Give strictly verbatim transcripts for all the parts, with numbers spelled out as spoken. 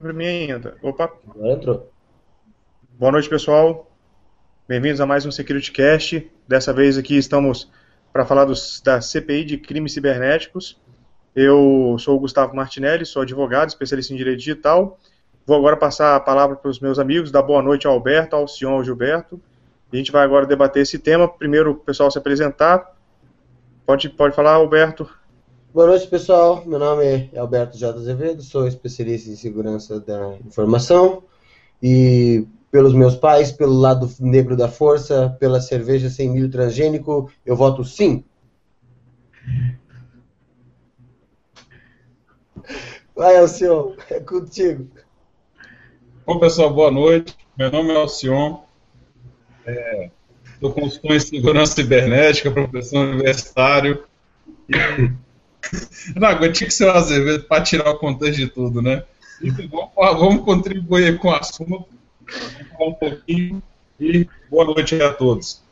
para mim ainda. Opa. Agora entrou. Boa noite, pessoal. Bem-vindos a mais um Security Cast. Dessa vez aqui estamos para falar dos, da C P I de crimes cibernéticos. Eu sou o Gustavo Martinelli, sou advogado, especialista em direito digital. Vou agora passar a palavra para os meus amigos, dar boa noite ao Alberto, ao Alcion, ao Gilberto. A gente vai agora debater esse tema. Primeiro, o pessoal se apresentar. Pode, pode falar, Alberto. Boa noite, pessoal. Meu nome é Alberto J. Azevedo, sou especialista em segurança da informação e pelos meus pais, pelo lado negro da força, pela cerveja sem milho transgênico, eu voto sim. Vai, Alcion, é contigo. Bom, pessoal, boa noite. Meu nome é Alcion. Estou é, consultor em segurança cibernética, professor universitário. E... Não, agora tinha que ser o Azevedo para tirar o contexto de tudo, né? Então, vamos, vamos contribuir com o assunto, vamos falar um pouquinho e boa noite a todos.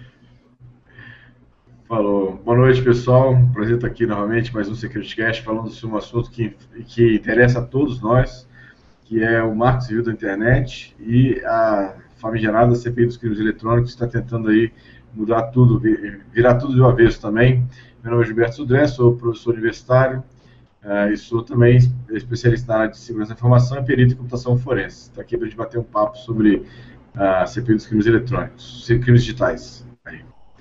Falou. Boa noite, pessoal. Prazer estar aqui novamente, mais um Security Cast, falando sobre um assunto que, que interessa a todos nós, que é o Marco Civil da Internet e a famigerada C P I dos crimes eletrônicos, que está tentando aí mudar tudo, virar tudo de uma vez também. Meu nome é Gilberto Sudré, sou professor universitário uh, e sou também especialista na área de segurança da informação e perito em computação forense. Estou aqui para a gente bater um papo sobre a C P I dos crimes eletrônicos, crimes digitais. Aí.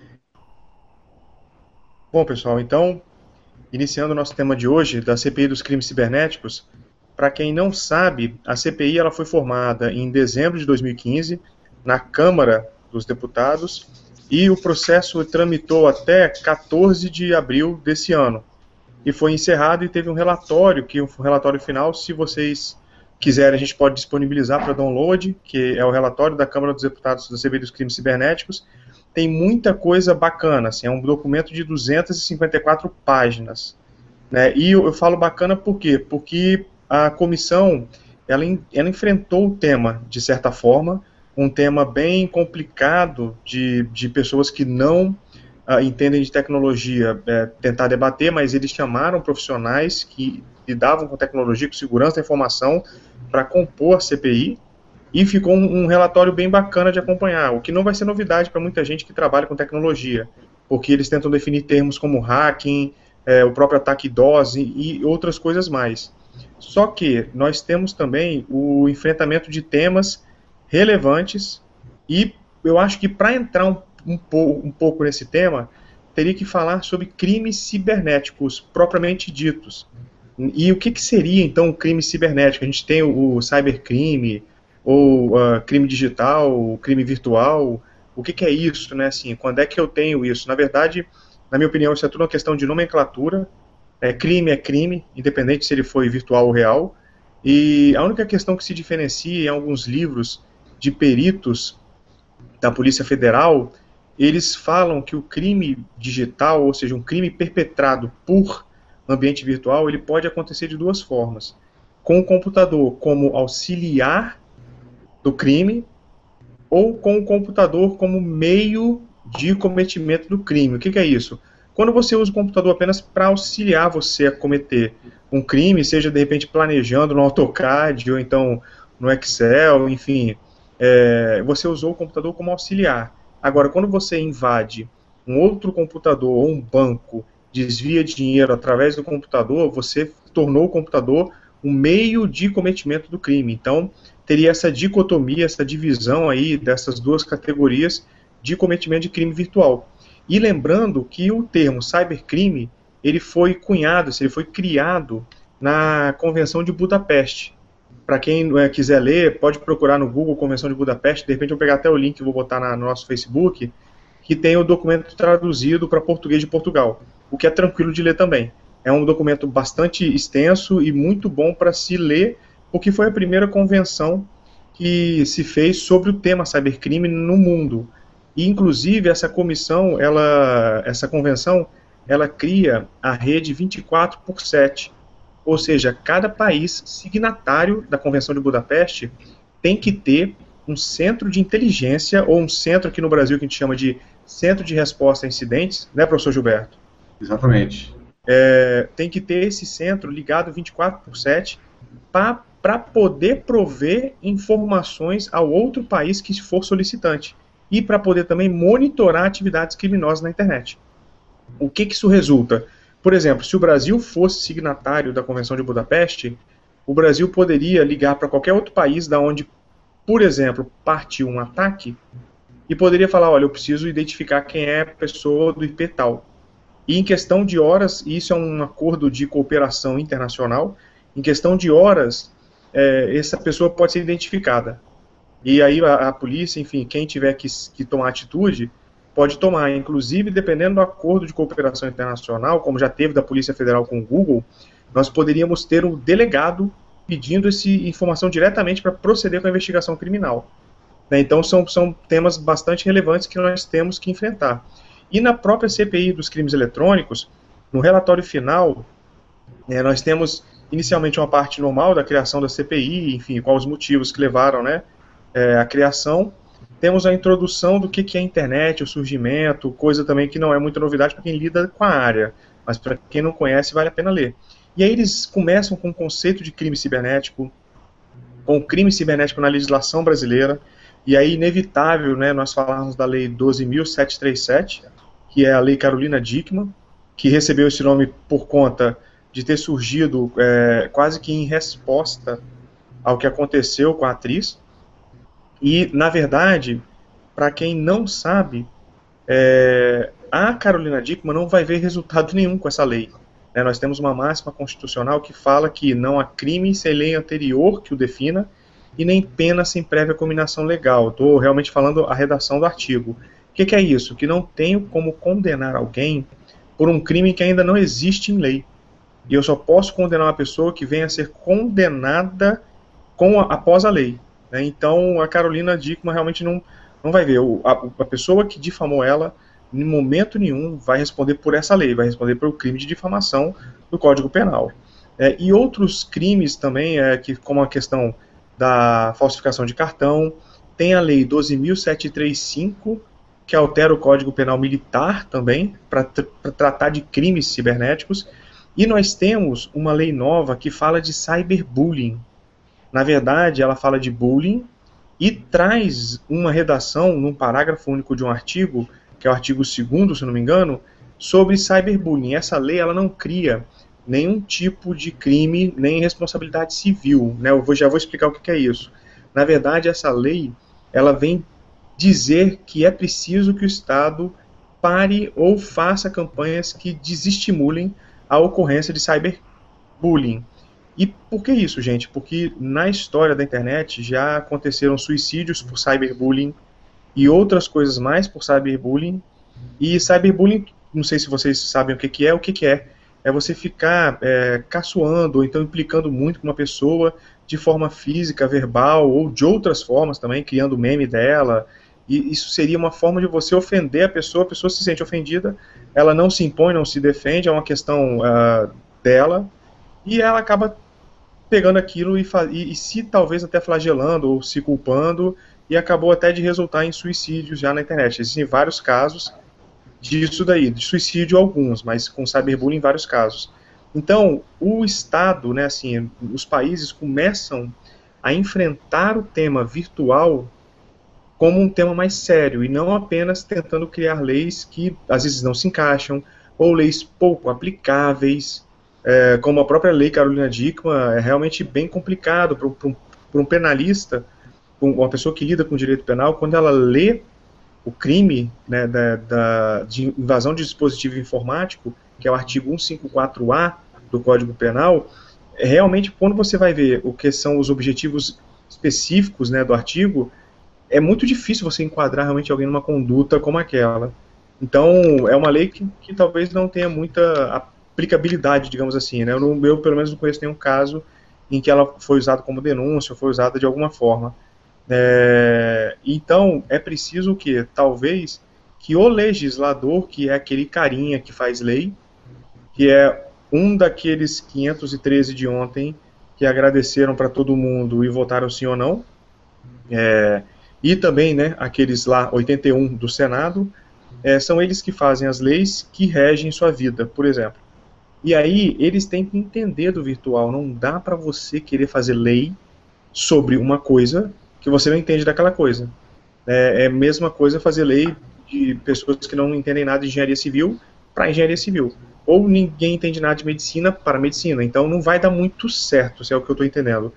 Bom, pessoal, então, iniciando o nosso tema de hoje, da C P I dos crimes cibernéticos, para quem não sabe, a C P I ela foi formada em dezembro de dois mil e quinze, na Câmara dos Deputados, e o processo tramitou até quatorze de abril desse ano. E foi encerrado e teve um relatório, que um relatório final, se vocês quiserem, a gente pode disponibilizar para download, que é o relatório da Câmara dos Deputados da C P I dos crimes cibernéticos. Tem muita coisa bacana, assim, é um documento de duzentas e cinquenta e quatro páginas. Né? E eu, eu falo bacana por quê? Porque a comissão, ela, ela enfrentou o tema, de certa forma, um tema bem complicado de, de pessoas que não uh, entendem de tecnologia é, tentar debater, mas eles chamaram profissionais que lidavam com tecnologia, com segurança da informação, para compor a C P I, e ficou um, um relatório bem bacana de acompanhar, o que não vai ser novidade para muita gente que trabalha com tecnologia, porque eles tentam definir termos como hacking, é, o próprio ataque DOS e, e outras coisas mais. Só que nós temos também o enfrentamento de temas relevantes, e eu acho que para entrar um, um, um pouco nesse tema, teria que falar sobre crimes cibernéticos propriamente ditos. E o que, que seria então um crime cibernético? A gente tem o, o cybercrime, ou uh, crime digital, crime virtual. O que, que é isso, né? Assim, quando é que eu tenho isso? Na verdade, na minha opinião, isso é tudo uma questão de nomenclatura. É, crime é crime, independente se ele foi virtual ou real. E a única questão que se diferencia em alguns livros de peritos da Polícia Federal, eles falam que o crime digital, ou seja, um crime perpetrado por ambiente virtual, ele pode acontecer de duas formas. Com o computador como auxiliar do crime, ou com o computador como meio de cometimento do crime. O que, que é isso? Quando você usa o computador apenas para auxiliar você a cometer um crime, seja de repente planejando no AutoCAD, ou então no Excel, enfim, é, você usou o computador como auxiliar. Agora, quando você invade um outro computador ou um banco, desvia dinheiro através do computador, você tornou o computador um meio de cometimento do crime. Então, teria essa dicotomia, essa divisão aí dessas duas categorias de cometimento de crime virtual. E lembrando que o termo cybercrime, ele foi cunhado, ele foi criado na Convenção de Budapeste. Para quem é, quiser ler, pode procurar no Google Convenção de Budapeste, de repente eu vou pegar até o link e vou botar na, no nosso Facebook, que tem o documento traduzido para português de Portugal, o que é tranquilo de ler também. É um documento bastante extenso e muito bom para se ler, porque foi a primeira convenção que se fez sobre o tema cybercrime no mundo. E, inclusive, essa comissão, ela, essa convenção, ela cria a rede vinte e quatro por sete. Ou seja, cada país signatário da Convenção de Budapeste tem que ter um centro de inteligência, ou um centro aqui no Brasil que a gente chama de Centro de Resposta a Incidentes, né, professor Gilberto? Exatamente. É, tem que ter esse centro ligado vinte e quatro por sete para para poder prover informações ao outro país que for solicitante e para poder também monitorar atividades criminosas na internet. O que, que isso resulta? Por exemplo, se o Brasil fosse signatário da Convenção de Budapeste, o Brasil poderia ligar para qualquer outro país da onde, por exemplo, partiu um ataque e poderia falar, olha, eu preciso identificar quem é a pessoa do I P tal. E em questão de horas, e isso é um acordo de cooperação internacional, em questão de horas, é, essa pessoa pode ser identificada. E aí a, a polícia, enfim, quem tiver que, que tomar atitude, pode tomar. Inclusive, dependendo do acordo de cooperação internacional, como já teve da Polícia Federal com o Google, nós poderíamos ter um delegado pedindo essa informação diretamente para proceder com a investigação criminal. Né, então são, são temas bastante relevantes que nós temos que enfrentar. E na própria C P I dos crimes eletrônicos, no relatório final, é, nós temos inicialmente uma parte normal da criação da C P I, enfim, quais os motivos que levaram, né, é, à criação. Temos a introdução do que, que é a internet, o surgimento, coisa também que não é muita novidade para quem lida com a área, mas para quem não conhece vale a pena ler. E aí eles começam com o conceito de crime cibernético, com o crime cibernético na legislação brasileira, e aí inevitável, né, nós falarmos da Lei doze mil setecentos e trinta e sete, que é a Lei Carolina Dickmann, que recebeu esse nome por conta de ter surgido é, quase que em resposta ao que aconteceu com a atriz. E, na verdade, para quem não sabe, é, a Carolina Dickmann não vai ver resultado nenhum com essa lei. É, nós temos uma máxima constitucional que fala que não há crime sem lei anterior que o defina e nem pena sem prévia cominação legal. Estou realmente falando a redação do artigo. O que, que é isso? Que não tenho como condenar alguém por um crime que ainda não existe em lei. E eu só posso condenar uma pessoa que venha a ser condenada com a, após a lei. Né? Então, a Carolina Dickmann realmente não, não vai ver. O, a, a pessoa que difamou ela, em momento nenhum, vai responder por essa lei, vai responder pelo crime de difamação do Código Penal. É, e outros crimes também, é, que, como a questão da falsificação de cartão, tem a Lei doze mil setecentos e trinta e cinco, que altera o Código Penal Militar também, para tr tratar de crimes cibernéticos, e nós temos uma lei nova que fala de cyberbullying. Na verdade, ela fala de bullying e traz uma redação num parágrafo único de um artigo, que é o artigo segundo, se não me engano, sobre cyberbullying. Essa lei ela não cria nenhum tipo de crime, nem responsabilidade civil. Né? Eu vou, já vou explicar o que, que é isso. Na verdade, essa lei ela vem dizer que é preciso que o Estado pare ou faça campanhas que desestimulem a ocorrência de cyberbullying. E por que isso, gente? Porque na história da internet já aconteceram suicídios por cyberbullying e outras coisas mais por cyberbullying. E cyberbullying, não sei se vocês sabem o que, que é, o que, que é? É você ficar é, caçoando ou então implicando muito com uma pessoa de forma física, verbal ou de outras formas também, criando meme dela. E isso seria uma forma de você ofender a pessoa, a pessoa se sente ofendida, ela não se impõe, não se defende, é uma questão uh, dela, e ela acaba pegando aquilo e, e, e se talvez até flagelando ou se culpando, e acabou até de resultar em suicídios já na internet. Existem vários casos disso daí, de suicídio alguns, mas com cyberbullying vários casos. Então, o Estado, né, assim, os países começam a enfrentar o tema virtual como um tema mais sério, e não apenas tentando criar leis que às vezes não se encaixam, ou leis pouco aplicáveis, é, como a própria lei Carolina Dickmann, é realmente bem complicado para um, um penalista, uma pessoa que lida com direito penal, quando ela lê o crime, né, da, da, de invasão de dispositivo informático, que é o artigo cento e cinquenta e quatro A do Código Penal, é realmente quando você vai ver o que são os objetivos específicos, né, do artigo, é muito difícil você enquadrar realmente alguém numa conduta como aquela. Então, é uma lei que, que talvez não tenha muita aplicabilidade, digamos assim, né? Eu, não, eu, pelo menos, não conheço nenhum caso em que ela foi usada como denúncia, ou foi usada de alguma forma. É, então, é preciso o quê? Talvez que o legislador, que é aquele carinha que faz lei, que é um daqueles quinhentos e treze de ontem, que agradeceram para todo mundo e votaram sim ou não, é, e também, né, aqueles lá, oitenta e um do Senado, é, são eles que fazem as leis que regem sua vida. Por exemplo, E aí eles têm que entender do virtual. Não dá para você querer fazer lei sobre uma coisa que você não entende daquela coisa. É, é a mesma coisa fazer lei de pessoas que não entendem nada de engenharia civil para engenharia civil. Ou ninguém entende nada de medicina para medicina. Então não vai dar muito certo, se é o que eu estou entendendo.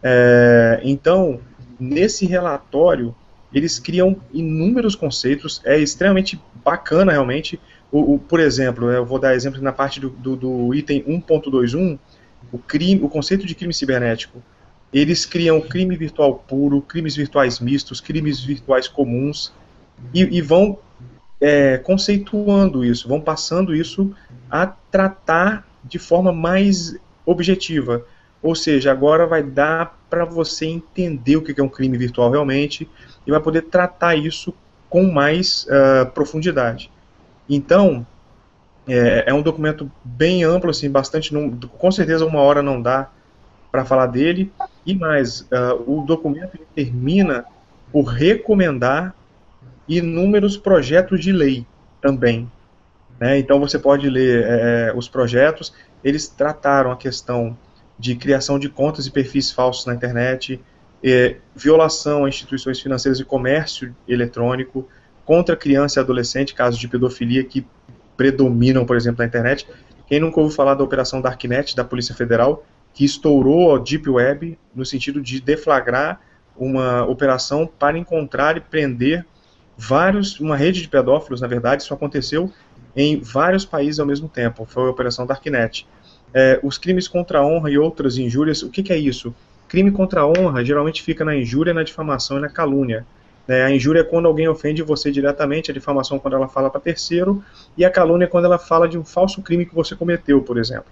É, então, nesse relatório, eles criam inúmeros conceitos. É extremamente bacana, realmente. O, o, por exemplo, eu vou dar exemplo na parte do, do, do item um ponto dois ponto um, o, crime, o conceito de crime cibernético. Eles criam crime virtual puro, crimes virtuais mistos, crimes virtuais comuns, e, e vão é, conceituando isso, vão passando isso a tratar de forma mais objetiva. Ou seja, agora vai dar para você entender o que é um crime virtual realmente, e vai poder tratar isso com mais uh, profundidade. Então, é, é um documento bem amplo, assim, bastante, não, com certeza uma hora não dá para falar dele, e mais, uh, o documento termina por recomendar inúmeros projetos de lei também, né? Então você pode ler é, os projetos. Eles trataram a questão de criação de contas e perfis falsos na internet, é, violação a instituições financeiras e comércio eletrônico, contra criança e adolescente, casos de pedofilia que predominam, por exemplo, na internet. Quem nunca ouviu falar da Operação Darknet da Polícia Federal, que estourou a Deep Web no sentido de deflagrar uma operação para encontrar e prender vários, uma rede de pedófilos, na verdade, isso aconteceu em vários países ao mesmo tempo, foi a Operação Darknet. É, os crimes contra a honra e outras injúrias, o que, que é isso? Crime contra a honra geralmente fica na injúria, na difamação e na calúnia. É, a injúria é quando alguém ofende você diretamente, a difamação é quando ela fala para terceiro, e a calúnia é quando ela fala de um falso crime que você cometeu, por exemplo.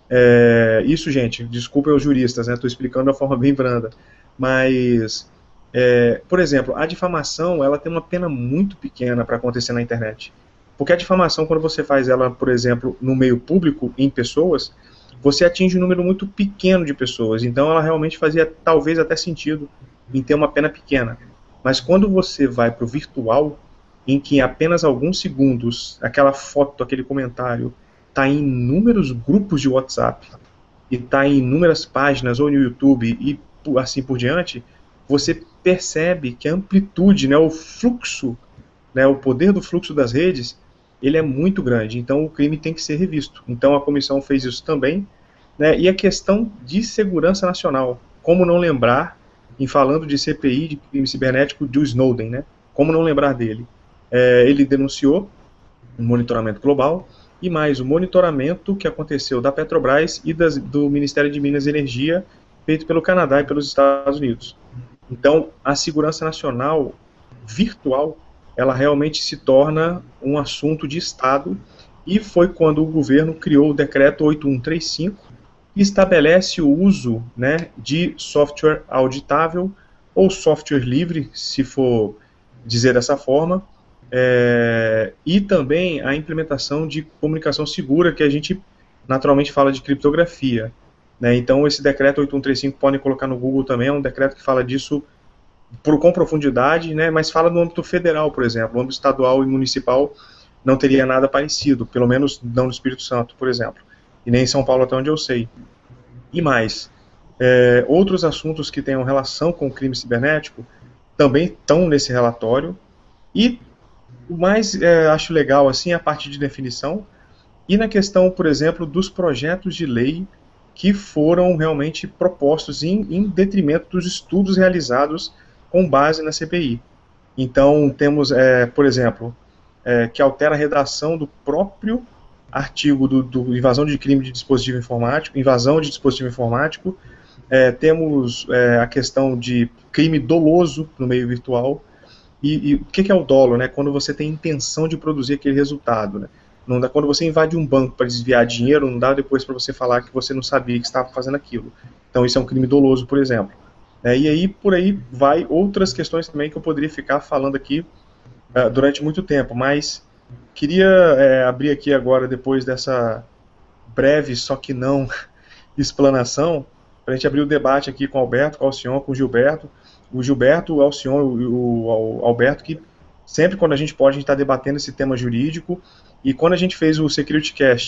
É, isso, gente, desculpem os juristas, estou, né, explicando de uma forma bem branda, mas, é, por exemplo, a difamação ela tem uma pena muito pequena para acontecer na internet, porque a difamação, quando você faz ela, por exemplo, no meio público, em pessoas, você atinge um número muito pequeno de pessoas, então ela realmente fazia talvez até sentido em ter uma pena pequena. Mas quando você vai para o virtual, em que em apenas alguns segundos, aquela foto, aquele comentário, está em inúmeros grupos de WhatsApp, e está em inúmeras páginas, ou no YouTube, e assim por diante, você percebe que a amplitude, né, o fluxo, né, o poder do fluxo das redes, ele é muito grande, então o crime tem que ser revisto. Então a comissão fez isso também, né, e a questão de segurança nacional, como não lembrar, em falando de C P I, de crime cibernético, do Snowden, né? Como não lembrar dele? É, ele denunciou um monitoramento global, e mais o monitoramento que aconteceu da Petrobras e das, do Ministério de Minas e Energia, feito pelo Canadá e pelos Estados Unidos. Então, a segurança nacional virtual, ela realmente se torna um assunto de Estado, e foi quando o governo criou o decreto oito mil cento e trinta e cinco, que estabelece o uso, né, de software auditável ou software livre, se for dizer dessa forma, é, e também a implementação de comunicação segura, que a gente naturalmente fala de criptografia, né? Então esse decreto oito mil cento e trinta e cinco, podem colocar no Google também, é um decreto que fala disso por, com profundidade, né, mas fala no âmbito federal, por exemplo. No âmbito estadual e municipal não teria nada parecido, pelo menos não no Espírito Santo, por exemplo. E nem em São Paulo, até onde eu sei. E mais, é, outros assuntos que tenham relação com o crime cibernético também estão nesse relatório. E o mais é, acho legal assim, é a parte de definição, e na questão, por exemplo, dos projetos de lei que foram realmente propostos em, em detrimento dos estudos realizados com base na C P I. Então, temos, é, por exemplo, é, que altera a redação do próprio artigo do, do invasão de crime de dispositivo informático, invasão de dispositivo informático, é, temos é, a questão de crime doloso no meio virtual, e, e o que, que é o dolo, né? Quando você tem intenção de produzir aquele resultado, né? Não dá, quando você invade um banco para desviar dinheiro, não dá depois para você falar que você não sabia que estava fazendo aquilo. Então isso é um crime doloso, por exemplo. É, e aí, por aí, vai outras questões também que eu poderia ficar falando aqui uh, durante muito tempo, mas queria é, abrir aqui agora, depois dessa breve, só que não, explanação, para a gente abrir o debate aqui com o Alberto, com o Alcion, com o Gilberto. O Gilberto, o Alcion e o Alberto, que sempre quando a gente pode, a gente está debatendo esse tema jurídico, e quando a gente fez o SecurityCast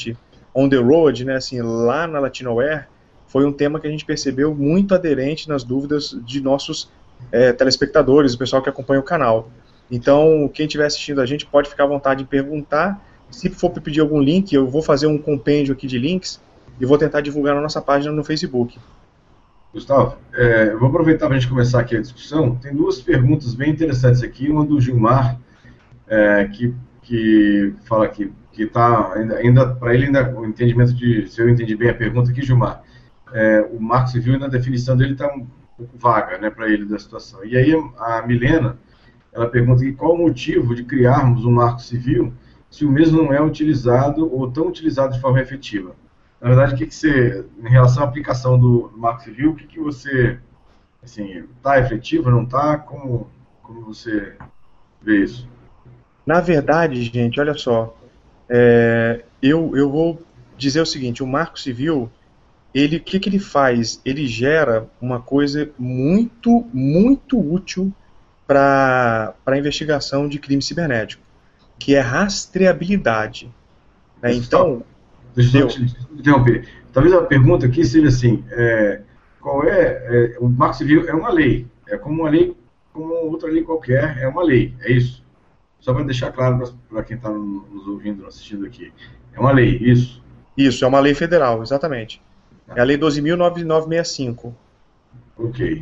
on the road, né, assim, lá na Latinoware, foi um tema que a gente percebeu muito aderente nas dúvidas de nossos é, telespectadores, o pessoal que acompanha o canal. Então, quem estiver assistindo a gente pode ficar à vontade de perguntar. Se for pedir algum link, eu vou fazer um compêndio aqui de links e vou tentar divulgar na nossa página no Facebook. Gustavo, é, eu vou aproveitar para a gente começar aqui a discussão. Tem duas perguntas bem interessantes aqui. Uma do Gilmar, é, que, que fala que que está ainda, ainda para ele ainda o entendimento de, se eu entendi bem a pergunta aqui, Gilmar, é, o Marco Civil na definição dele está um pouco vaga, né, para ele da situação. E aí a Milena, ela pergunta aqui, qual o motivo de criarmos um Marco Civil se o mesmo não é utilizado ou tão utilizado de forma efetiva? Na verdade, o que, que você, em relação à aplicação do, do Marco Civil, o que, que você, assim, está efetivo, não está? Como, como você vê isso? Na verdade, gente, olha só, é, eu, eu vou dizer o seguinte, o Marco Civil, ele, o que, que ele faz? Ele gera uma coisa muito, muito útil para a investigação de crime cibernético, que é rastreabilidade. Né? Então, deixa eu te interromper. Talvez a pergunta aqui seja assim, é, qual é, é, o Marco Civil é uma lei, é como uma lei, como outra lei qualquer, é uma lei, é isso? Só para deixar claro para quem está nos ouvindo, assistindo aqui. É uma lei, isso? Isso, é uma lei federal, exatamente. Ah. É a lei doze mil novecentos e sessenta e cinco. Ok.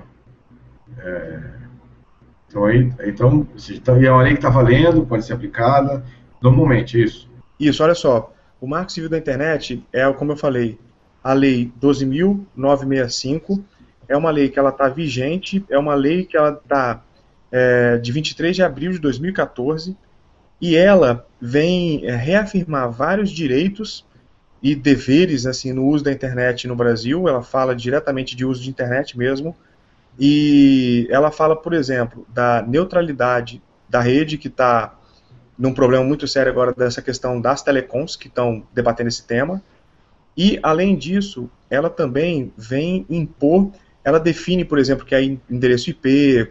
É, então, aí, então, é uma lei que está valendo, pode ser aplicada normalmente, é isso? Isso, olha só. O Marco Civil da Internet é, como eu falei, a lei doze mil novecentos e sessenta e cinco. É uma lei que ela está vigente, é uma lei que ela está... É, de vinte e três de abril de dois mil e quatorze, e ela vem é, reafirmar vários direitos e deveres assim, no uso da internet no Brasil. Ela fala diretamente de uso de internet mesmo, e ela fala, por exemplo, da neutralidade da rede, que está num problema muito sério agora dessa questão das telecoms, que estão debatendo esse tema, e, além disso, ela também vem impor, ela define, por exemplo, que é endereço I P,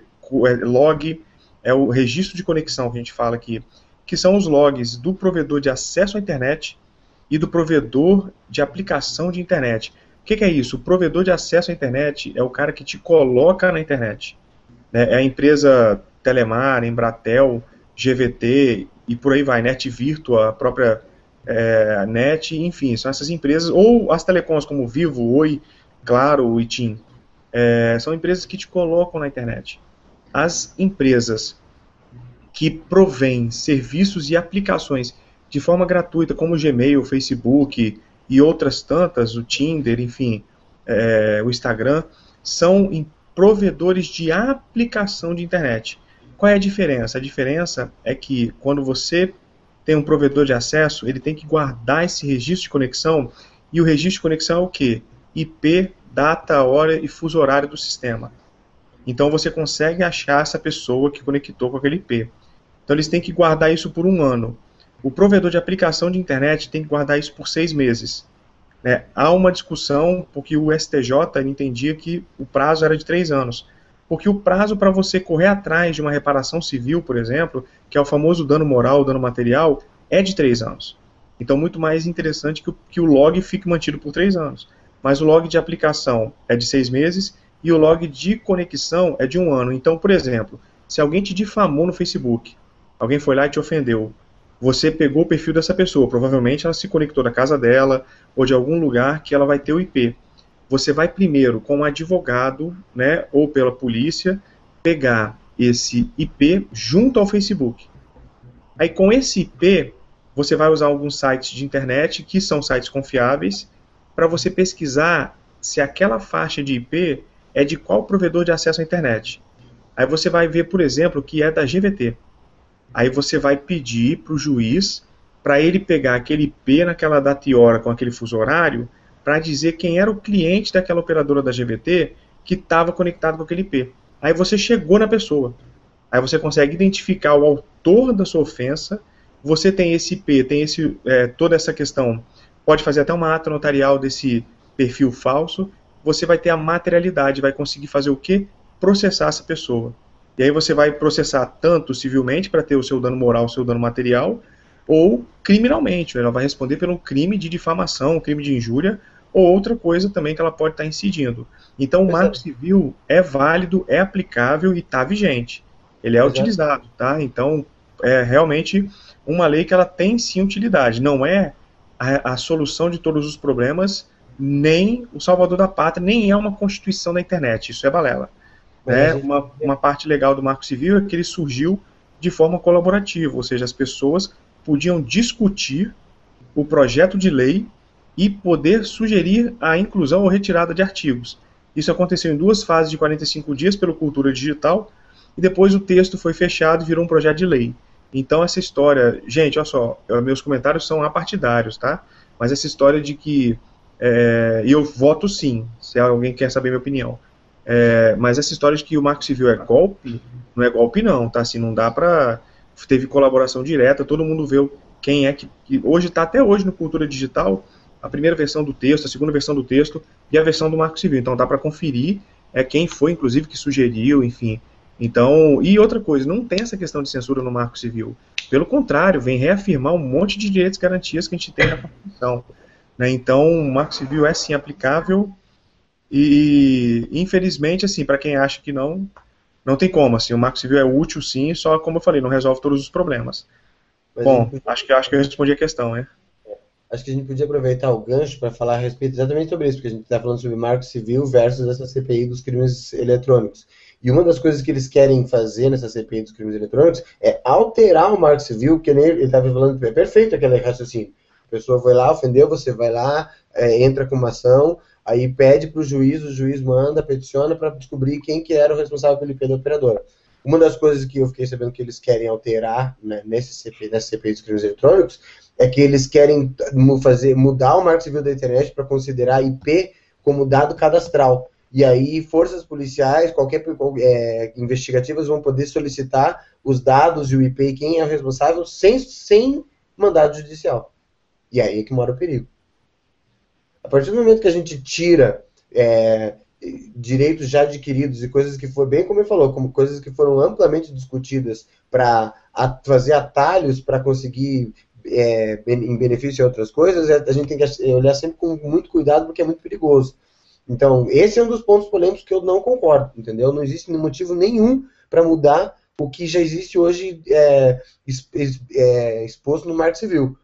log, é o registro de conexão que a gente fala aqui, que são os logs do provedor de acesso à internet e do provedor de aplicação de internet. O que, que é isso? O provedor de acesso à internet é o cara que te coloca na internet. Né? É a empresa Telemar, Embratel, G V T e por aí vai, Net Virtua, a própria é, Net, enfim, são essas empresas, ou as telecoms como Vivo, Oi, Claro e TIM. É, são empresas que te colocam na internet. As empresas que provêm serviços e aplicações de forma gratuita, como o Gmail, o Facebook e outras tantas, o Tinder, enfim, é, o Instagram, são provedores de aplicação de internet. Qual é a diferença? A diferença é que quando você tem um provedor de acesso, ele tem que guardar esse registro de conexão, e o registro de conexão é o quê? I P, data, hora e fuso horário do sistema. Então você consegue achar essa pessoa que conectou com aquele I P. Então eles têm que guardar isso por um ano. O provedor de aplicação de internet tem que guardar isso por seis meses. Né? Há uma discussão, porque o S T J ele entendia que o prazo era de três anos. Porque o prazo para você correr atrás de uma reparação civil, por exemplo, que é o famoso dano moral, dano material, é de três anos. Então muito mais interessante que o, que o log fique mantido por três anos. Mas o log de aplicação é de seis meses, e o log de conexão é de um ano. Então, por exemplo, se alguém te difamou no Facebook, alguém foi lá e te ofendeu, você pegou o perfil dessa pessoa, provavelmente ela se conectou da casa dela, ou de algum lugar que ela vai ter o I P. Você vai primeiro, com um advogado, né, ou pela polícia, pegar esse I P junto ao Facebook. Aí com esse I P, você vai usar alguns sites de internet, que são sites confiáveis, para você pesquisar se aquela faixa de I P é de qual provedor de acesso à internet. Aí você vai ver, por exemplo, que é da G V T. Aí você vai pedir para o juiz para ele pegar aquele I P naquela data e hora com aquele fuso horário para dizer quem era o cliente daquela operadora da G V T que estava conectado com aquele I P. Aí você chegou na pessoa. Aí você consegue identificar o autor da sua ofensa. Você tem esse I P, tem esse, é, toda essa questão. Pode fazer até uma ata notarial desse perfil falso. Você vai ter a materialidade, vai conseguir fazer o quê? Processar essa pessoa. E aí você vai processar tanto civilmente para ter o seu dano moral, o seu dano material, ou criminalmente, ela vai responder pelo crime de difamação, crime de injúria, ou outra coisa também que ela pode estar incidindo. Então, o Marco Civil é válido, é aplicável e está vigente. Ele é Exato. utilizado, tá? Então, é realmente uma lei que ela tem sim utilidade. Não é a, a solução de todos os problemas, nem o salvador da pátria, nem é uma constituição da internet. Isso é balela. Né? Uma, uma parte legal do Marco Civil é que ele surgiu de forma colaborativa, ou seja, as pessoas podiam discutir o projeto de lei e poder sugerir a inclusão ou retirada de artigos. Isso aconteceu em duas fases de quarenta e cinco dias pelo Cultura Digital, e depois o texto foi fechado e virou um projeto de lei. Então essa história, gente, olha só, meus comentários são apartidários, tá? Mas essa história de que, é, eu voto sim, se alguém quer saber minha opinião, é, mas essa história de que o Marco Civil é golpe, não é golpe não, tá? Assim, não dá pra... Teve colaboração direta, todo mundo vê quem é que... que hoje está até hoje no Cultura Digital, a primeira versão do texto, a segunda versão do texto e a versão do Marco Civil. Então dá para conferir é, quem foi, inclusive, que sugeriu, enfim. Então, e outra coisa, não tem essa questão de censura no Marco Civil. Pelo contrário, vem reafirmar um monte de direitos e garantias que a gente tem na Constituição. Né? Então, o Marco Civil é sim aplicável e, infelizmente, assim, para quem acha que não, não tem como. Assim, o Marco Civil é útil sim, só como eu falei, não resolve todos os problemas. Mas Bom, gente... acho, que, acho que eu respondi a questão, né? Acho que a gente podia aproveitar o gancho para falar a respeito exatamente sobre isso, porque a gente está falando sobre Marco Civil versus essa C P I dos crimes eletrônicos. E uma das coisas que eles querem fazer nessa C P I dos crimes eletrônicos é alterar o Marco Civil, que nem ele estava falando, é perfeito aquele raciocínio. A pessoa vai lá, ofendeu, você vai lá, é, entra com uma ação, aí pede para o juiz, o juiz manda, peticiona para descobrir quem que era o responsável pelo I P da operadora. Uma das coisas que eu fiquei sabendo que eles querem alterar, né, nesse C P I, nessa C P I dos crimes eletrônicos é que eles querem fazer, mudar o Marco Civil da internet para considerar I P como dado cadastral. E aí forças policiais, qualquer é, investigativas vão poder solicitar os dados e o I P e quem é o responsável sem, sem mandado judicial. E aí é que mora o perigo. A partir do momento que a gente tira é, direitos já adquiridos e coisas que foram, bem como ele falou, como coisas que foram amplamente discutidas para fazer atalhos para conseguir é, em benefício de outras coisas, a gente tem que olhar sempre com muito cuidado porque é muito perigoso. Então, esse é um dos pontos polêmicos que eu não concordo, entendeu? Não existe motivo nenhum para mudar o que já existe hoje é, é, exposto no Marco Civil.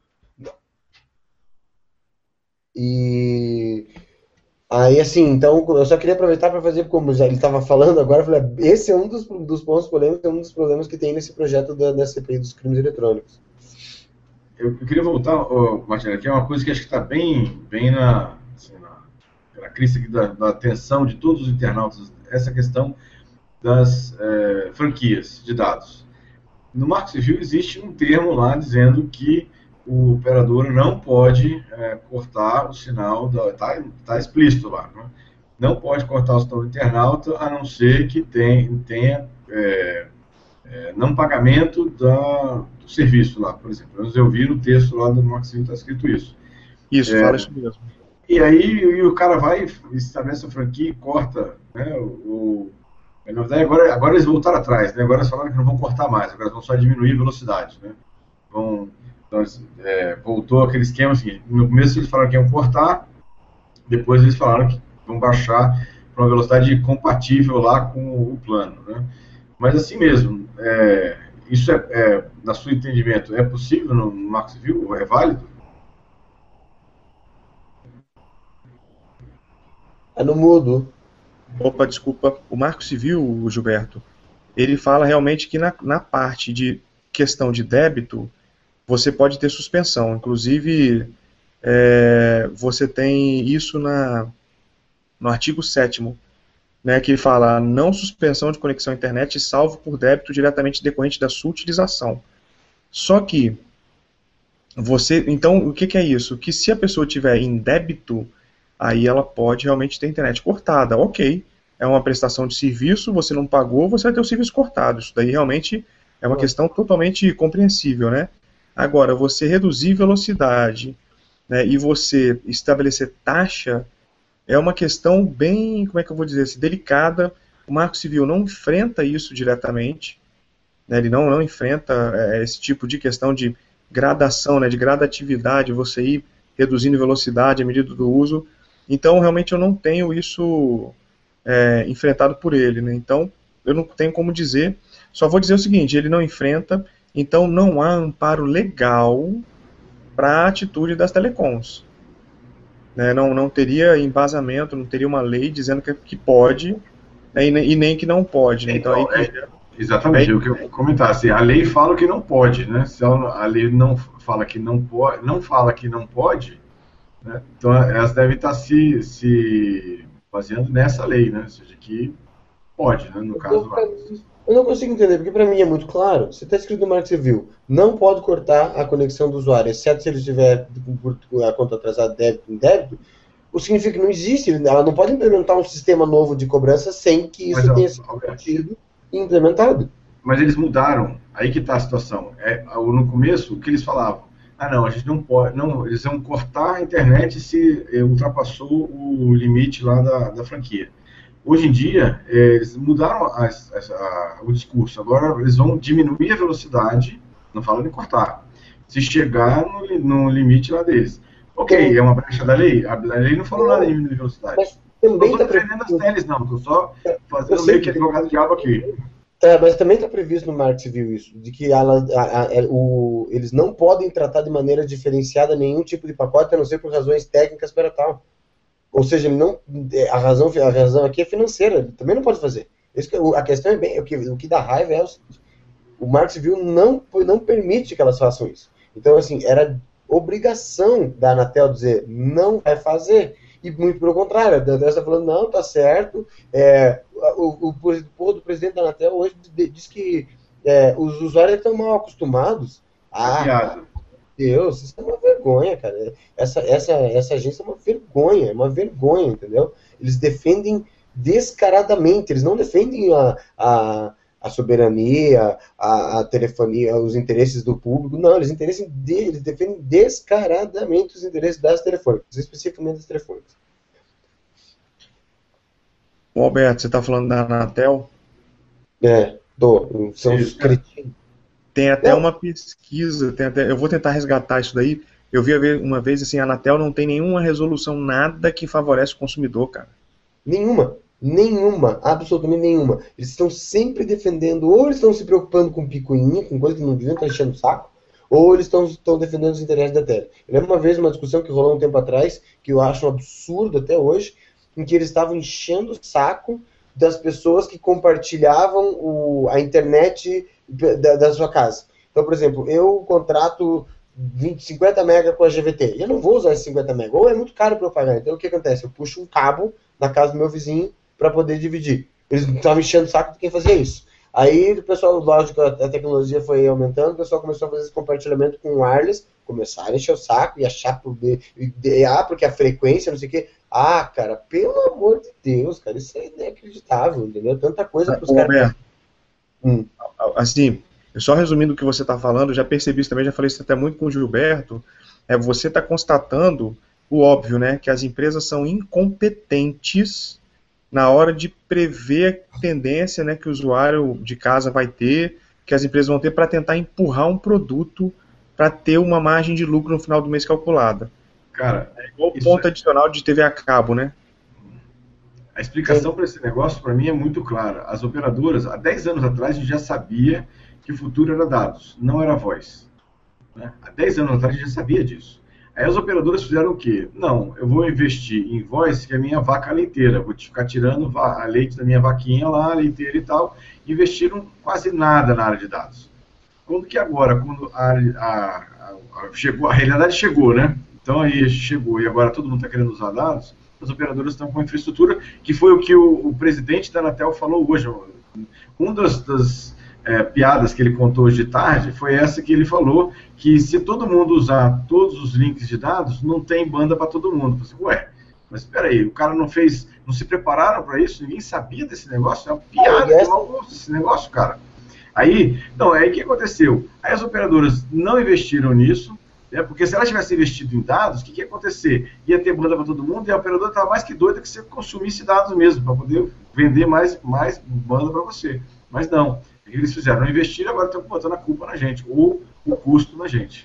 E aí, assim, então, eu só queria aproveitar para fazer, como já ele estava falando agora, eu falei, esse é um dos, dos pontos polêmicos, é um dos problemas que tem nesse projeto da, da C P I dos crimes eletrônicos. Eu, eu queria voltar, oh, Martina, aqui é uma coisa que acho que está bem, bem na, assim, na, na crise aqui da, da atenção de todos os internautas, essa questão das é, franquias de dados. No Marco Civil existe um termo lá dizendo que o operador não pode é, cortar o sinal, está tá explícito lá, né? Não pode cortar o sinal do internauta, a não ser que tem, tenha é, é, não pagamento da, do serviço lá, por exemplo. Eu vi no texto lá do Marco Civil, está escrito isso. Isso, é, fala isso mesmo. E aí e o cara vai, estabelece a franquia e corta, né, o, o, na verdade, agora, agora eles voltaram atrás, né? Agora eles falaram que não vão cortar mais, agora eles vão só diminuir a velocidade, né? Vão... Então, é, voltou aquele esquema assim, no começo eles falaram que iam cortar, depois eles falaram que vão baixar para uma velocidade compatível lá com o plano, né? Mas assim mesmo, é, isso é, é, na seu entendimento, é possível no Marco Civil? É válido? É no mudo. Opa, desculpa. O Marco Civil, Gilberto, ele fala realmente que na, na parte de questão de débito, você pode ter suspensão. Inclusive, é, você tem isso na, no artigo sétimo, né, que ele fala, não suspensão de conexão à internet, salvo por débito diretamente decorrente da sua utilização. Só que, você, então, o que, que é isso? Que se a pessoa tiver em débito, aí ela pode realmente ter a internet cortada. Ok, é uma prestação de serviço, você não pagou, você vai ter o serviço cortado. Isso daí realmente é uma questão totalmente compreensível, né? Agora, você reduzir velocidade, né, e você estabelecer taxa é uma questão bem, como é que eu vou dizer assim, delicada. O Marco Civil não enfrenta isso diretamente, né, ele não, não enfrenta é, esse tipo de questão de gradação, né, de gradatividade, você ir reduzindo velocidade à medida do uso. Então, realmente, eu não tenho isso é, enfrentado por ele, né? Então, eu não tenho como dizer. Só vou dizer o seguinte, ele não enfrenta, então não há amparo legal para a atitude das telecoms. Né? Não, não teria embasamento, não teria uma lei dizendo que, que pode, né? e, nem, e nem que não pode. Né? Então, Então, aí, é, exatamente, é o que eu comentar, assim, a lei fala que não pode, né? Se ela, a lei não fala que não pode, não fala que não pode, né? Então elas devem estar se, se baseando nessa lei, né? Ou seja, que pode, né? No caso lá. Eu não consigo entender, porque para mim é muito claro. Se está escrito no Marco Civil, não pode cortar a conexão do usuário, exceto se ele estiver com a conta atrasada débito em débito, o que significa que não existe, ela não pode implementar um sistema novo de cobrança sem que isso Mas, tenha sido discutido e implementado. Mas eles mudaram, aí que está a situação. É, no começo, o que eles falavam? Ah, não, a gente não pode, não, eles vão cortar a internet se ultrapassou o limite lá da, da franquia. Hoje em dia, eles mudaram a, a, a, o discurso. Agora eles vão diminuir a velocidade, não falam de cortar, se chegar no, no limite lá deles. Ok, é uma brecha da lei? A lei não falou nada de diminuir a velocidade. Mas não também estou tá defendendo previsto... as teles, não. Estou só fazendo Eu meio sei que que- advogado diabo aqui. Tá, mas também está previsto no Marco Civil isso, de que ela, a- a- o, eles não podem tratar de maneira diferenciada nenhum tipo de pacote, a não ser por razões técnicas para tal. Ou seja, ele não, a razão, a razão aqui é financeira, ele também não pode fazer. Isso que, a questão é bem, o que, o que dá raiva é o seguinte, o Marco Civil não, não permite que elas façam isso. Então, assim, era obrigação da Anatel dizer, não vai fazer. E muito pelo contrário, a Anatel está falando, não, tá certo. É, o, o, o, o presidente da Anatel hoje diz que é, os usuários estão mal acostumados. Ah, Piada. Deus, isso é uma vergonha, cara. Essa, essa, essa agência é uma vergonha, é uma vergonha, entendeu? Eles defendem descaradamente, eles não defendem a, a, a soberania, a, a telefonia, os interesses do público, não, eles, interessem de, eles defendem descaradamente os interesses das telefônicas, especificamente das telefônicas. Ô, Alberto, você está falando da Anatel? É, tô, são os Isso. cretinos. Tem até Não. uma pesquisa, tem até, eu vou tentar resgatar isso daí. Eu vi uma vez assim, a Anatel não tem nenhuma resolução, nada que favorece o consumidor, cara. Nenhuma, nenhuma, absolutamente nenhuma. Eles estão sempre defendendo, ou eles estão se preocupando com picuinha, com coisa que não deviam estar enchendo o saco, ou eles estão, estão defendendo os interesses da tele. Eu lembro uma vez uma discussão que rolou um tempo atrás, que eu acho um absurdo até hoje, em que eles estavam enchendo o saco das pessoas que compartilhavam o, a internet da, da sua casa. Então, por exemplo, eu contrato vinte, cinquenta mega com a G V T. Eu não vou usar esses cinquenta mega, ou é muito caro para eu pagar. Então, o que acontece? Eu puxo um cabo na casa do meu vizinho para poder dividir. Eles estavam enchendo o saco de quem fazia isso. Aí, o pessoal, lógico, a tecnologia foi aumentando, o pessoal começou a fazer esse compartilhamento com wireless, começaram a encher o saco e achar por, e, ah, porque a frequência, não sei o quê. Ah, cara, pelo amor de Deus, cara, isso é inacreditável, entendeu? Tanta coisa para os Ô, caras. Alberto, Hum. assim, só resumindo o que você está falando, eu já percebi isso também, já falei isso até muito com o Gilberto, é, você está constatando o óbvio, né, que as empresas são incompetentes na hora de prever a tendência, né, que o usuário de casa vai ter, que as empresas vão ter para tentar empurrar um produto para ter uma margem de lucro no final do mês calculada. Cara, É igual o isso ponto é- adicional de T V a cabo, né? a explicação para esse negócio, para mim, é muito clara. As operadoras, há dez anos atrás, a gente já sabia que o futuro era dados, não era voz. Né? Há dez anos atrás, a gente já sabia disso. Aí as operadoras fizeram o quê? Não, eu vou investir em voz, que é a minha vaca leiteira. Vou ficar tirando a leite da minha vaquinha lá, leiteira e tal. Investiram quase nada na área de dados. Quando que agora, quando a, a, a, chegou, a realidade chegou, né? Então aí chegou e agora todo mundo está querendo usar dados, as operadoras estão com infraestrutura, que foi o que o, o presidente da Anatel falou hoje. Uma das, das é, piadas que ele contou hoje de tarde foi essa que ele falou, que se todo mundo usar todos os links de dados, não tem banda para todo mundo. Eu falei, ué, mas espera aí, o cara não fez, não se prepararam para isso, ninguém sabia desse negócio, é uma piada, é mau gosto esse negócio, cara. Aí, não, aí o que aconteceu? Aí as operadoras não investiram nisso, né, porque se ela tivesse investido em dados, o que, que ia acontecer? Ia ter banda para todo mundo e a operadora estava mais que doida que você consumisse dados mesmo, para poder vender mais, mais banda para você. Mas não, o que eles fizeram? Não investiram, agora estão botando a culpa na gente, ou o custo na gente.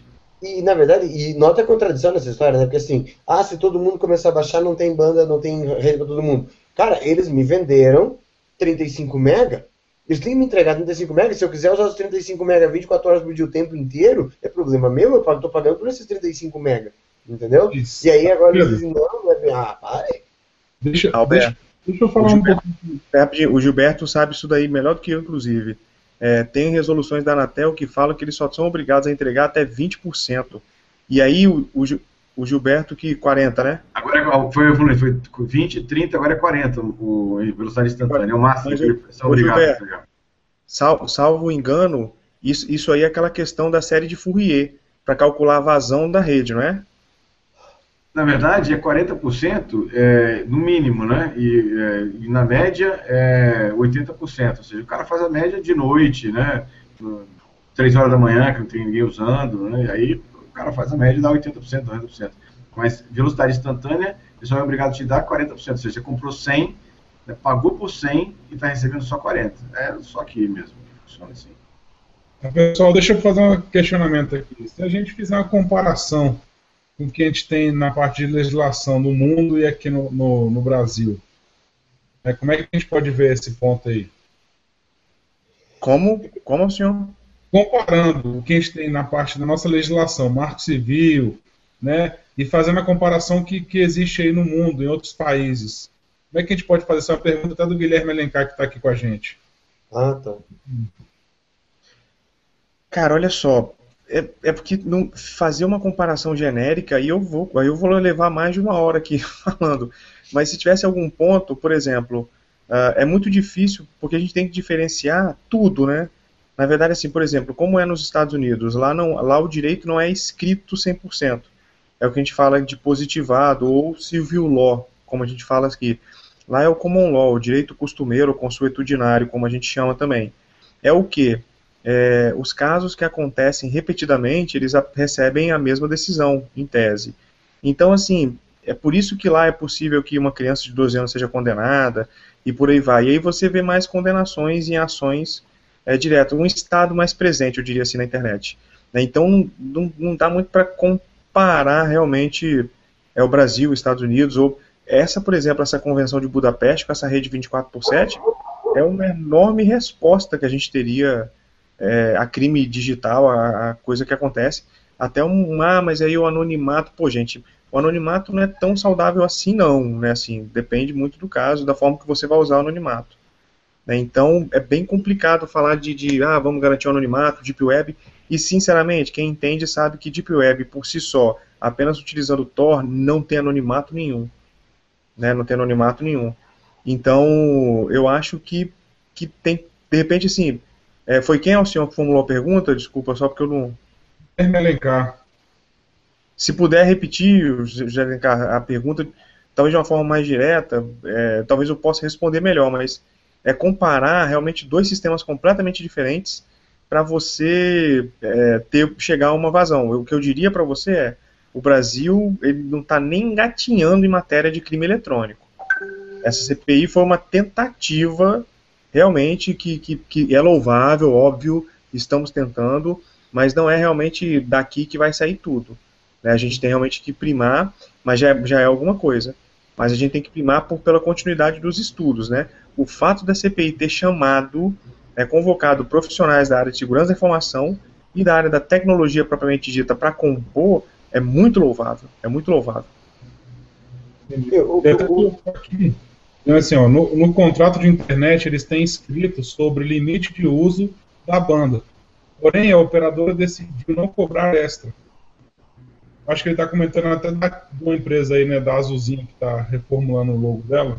E, na verdade, e nota a contradição nessa história, né? Porque assim, ah, se todo mundo começar a baixar, não tem banda, não tem rede pra todo mundo. Cara, eles me venderam trinta e cinco mega, eles têm que me entregar trinta e cinco mega, se eu quiser usar os trinta e cinco mega vinte e quatro horas por dia o tempo inteiro, é problema meu, eu tô pagando por esses trinta e cinco mega, entendeu? Isso. E aí agora eles dizem, não, é bem, ah, pare. Deixa, deixa, deixa eu falar um pouco. O Gilberto sabe isso daí melhor do que eu, inclusive. É, tem resoluções da Anatel que falam que eles só são obrigados a entregar até vinte por cento. E aí o, o, o Gilberto que quarenta, né? Agora foi, foi vinte, trinta, agora é quarenta o velocidade instantânea. É o máximo que eles são obrigados a entregar. Salvo, salvo engano, isso, isso aí é aquela questão da série de Fourier, para calcular a vazão da rede, não é? Na verdade, é quarenta por cento é, no mínimo, né? E, é, e na média é oitenta por cento. Ou seja, o cara faz a média de noite, né? três horas da manhã, que não tem ninguém usando, né? E aí o cara faz a média e dá oitenta por cento, noventa por cento. Mas velocidade instantânea, ele só é obrigado a te dar quarenta por cento. Ou seja, você comprou cem, né, pagou por cem e está recebendo só quarenta. É só aqui mesmo que funciona assim. Pessoal, deixa eu fazer um questionamento aqui. Se a gente fizer uma comparação com o que a gente tem na parte de legislação no mundo e aqui no, no, no Brasil, é, como é que a gente pode ver esse ponto aí? Como, como, senhor? Comparando o que a gente tem na parte da nossa legislação, marco civil, né, e fazendo a comparação que, que existe aí no mundo, em outros países. Como é que a gente pode fazer essa pergunta até do Guilherme Alencar, que está aqui com a gente? Ah, tá. Cara, olha só, é, é porque não, fazer uma comparação genérica, aí eu vou, aí eu vou levar mais de uma hora aqui falando, mas se tivesse algum ponto, por exemplo, uh, é muito difícil, porque a gente tem que diferenciar tudo, né? Na verdade, assim, por exemplo, como é nos Estados Unidos, lá, não, lá o direito não é escrito cem por cento, é o que a gente fala de positivado, ou civil law, como a gente fala aqui. Lá é o common law, o direito costumeiro, consuetudinário, como a gente chama também. É o quê? É, os casos que acontecem repetidamente, eles a, recebem a mesma decisão, em tese. Então, assim, é por isso que lá é possível que uma criança de doze anos seja condenada, e por aí vai. E aí você vê mais condenações em ações é, diretas, um estado mais presente, eu diria assim, na internet. Né? Então, não, não, não dá muito para comparar realmente é, o Brasil, os Estados Unidos, ou essa, por exemplo, essa convenção de Budapeste, com essa rede vinte e quatro por sete, é uma enorme resposta que a gente teria É, a crime digital, a, a coisa que acontece, até um, ah, mas aí o anonimato, pô gente, o anonimato não é tão saudável assim não, né, assim, depende muito do caso, da forma que você vai usar o anonimato, né, então é bem complicado falar de, de, ah, vamos garantir o anonimato, Deep Web, e sinceramente, quem entende sabe que Deep Web por si só, apenas utilizando Tor, não tem anonimato nenhum, né, não tem anonimato nenhum, então eu acho que, que tem, de repente assim, É, foi quem é o senhor que formulou a pergunta? Desculpa, só porque eu não... Guilherme Alencar. Se puder repetir, José Alencar, a pergunta, talvez de uma forma mais direta, é, talvez eu possa responder melhor, mas é comparar realmente dois sistemas completamente diferentes para você é, ter, chegar a uma vazão. O que eu diria para você é, o Brasil ele não está nem engatinhando em matéria de crime eletrônico. Essa C P I foi uma tentativa... realmente que, que, que é louvável, óbvio, estamos tentando, mas não é realmente daqui que vai sair tudo. Né? A gente tem realmente que primar, mas já é, já é alguma coisa. Mas a gente tem que primar por, pela continuidade dos estudos. Né? O fato da C P I ter chamado, é, convocado profissionais da área de segurança da informação e da área da tecnologia propriamente dita para compor, é muito louvável. É muito louvável. Eu, eu, eu, aqui. Então, assim, ó, no, no contrato de internet eles têm escrito sobre limite de uso da banda. Porém, a operadora decidiu não cobrar extra. Acho que ele está comentando até da, de uma empresa aí, né, da Azulzinha, que está reformulando o logo dela.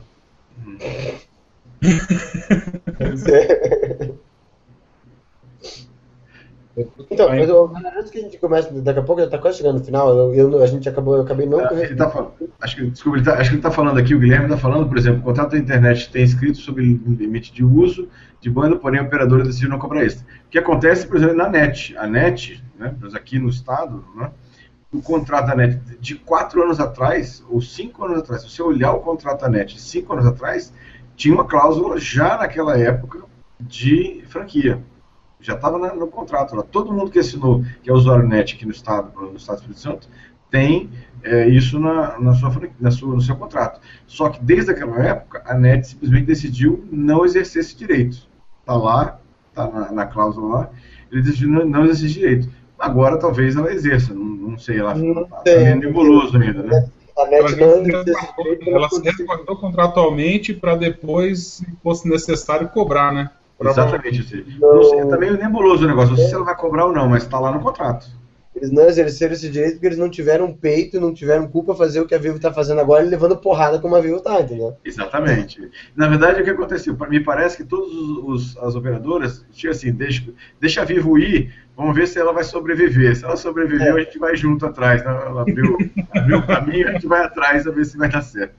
Então, mas eu, antes que a gente comece, daqui a pouco já está quase chegando no final, eu, eu, a gente acabou, eu acabei não... Ah, ele tá falando, acho que, desculpa, ele tá, acho que ele está falando aqui, o Guilherme está falando, por exemplo, o contrato da internet tem escrito sobre limite de uso de banda, porém a operadora decidiu não cobrar extra. O que acontece, por exemplo, na NET, a NET, né, aqui no estado, né, o contrato da NET de quatro anos atrás, ou cinco anos atrás, se você olhar o contrato da NET de cinco anos atrás, tinha uma cláusula já naquela época de franquia. Já estava no contrato lá. Todo mundo que assinou, que é usuário net aqui no estado, no estado do Espírito Santo, tem é, isso na, na sua, na sua, no seu contrato. Só que desde aquela época, a net simplesmente decidiu não exercer esse direito. Está lá, está na, na cláusula lá, ele decidiu não, não exercer esse direito. Agora talvez ela exerça, não, não sei, ela está meio nebuloso ainda, né? A net não exerce esse direito, ela se recortou contratualmente para depois, se fosse necessário, cobrar, né? Exatamente. Assim. Não sei, é também nebuloso o negócio, não sei se ela vai cobrar ou não, mas está lá no contrato. Eles não exerceram esse direito porque eles não tiveram peito, não tiveram culpa fazer o que a Vivo está fazendo agora e levando porrada como a Vivo está, entendeu? Exatamente. Na verdade, o que aconteceu? Me parece que todas as operadoras, tinha assim, deixa, deixa a Vivo ir, vamos ver se ela vai sobreviver. Se ela sobreviveu, é. a gente vai junto atrás. Né? Ela abriu, abriu o caminho, a gente vai atrás a ver se vai dar certo.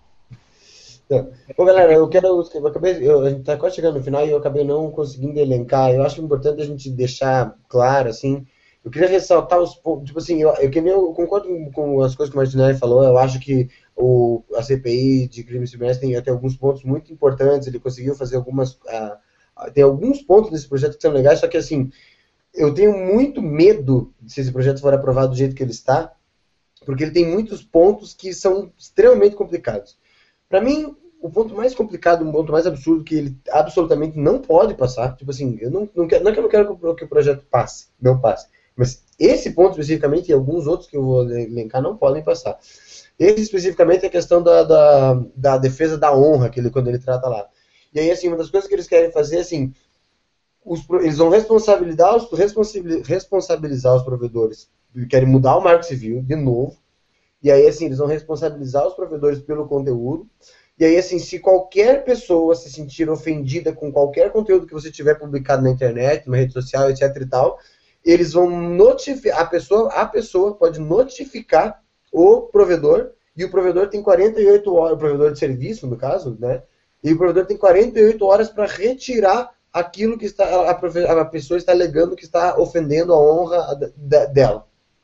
Então, bom, galera, eu quero. Eu acabei, eu, a gente está quase chegando no final e eu acabei não conseguindo elencar. Eu acho importante a gente deixar claro, assim. Eu queria ressaltar os pontos, tipo assim, eu, eu, eu concordo com as coisas que o Martinelli falou, eu acho que o, a C P I de crime cibernético tem até alguns pontos muito importantes, ele conseguiu fazer algumas, uh, tem alguns pontos desse projeto que são legais, só que assim, eu tenho muito medo se esse projeto for aprovado do jeito que ele está, porque ele tem muitos pontos que são extremamente complicados. Para mim, o ponto mais complicado, o ponto mais absurdo que ele absolutamente não pode passar, tipo assim, eu não, não, quero, não é que eu não quero que o projeto passe, não passe, mas esse ponto especificamente e alguns outros que eu vou elencar não podem passar. Esse especificamente é a questão da, da, da defesa da honra, que ele, quando ele trata lá. E aí, assim, uma das coisas que eles querem fazer, assim, os, eles vão responsabilizar os, responsabilizar os provedores, querem mudar o Marco Civil de novo, e aí, assim, eles vão responsabilizar os provedores pelo conteúdo, e aí, assim, se qualquer pessoa se sentir ofendida com qualquer conteúdo que você tiver publicado na internet, na rede social, etc e tal, eles vão notificar, a pessoa, a pessoa pode notificar o provedor, e o provedor tem quarenta e oito horas, o provedor de serviço, no caso, né? E o provedor tem quarenta e oito horas para retirar aquilo que está, a, a pessoa está alegando que está ofendendo a honra da, dela.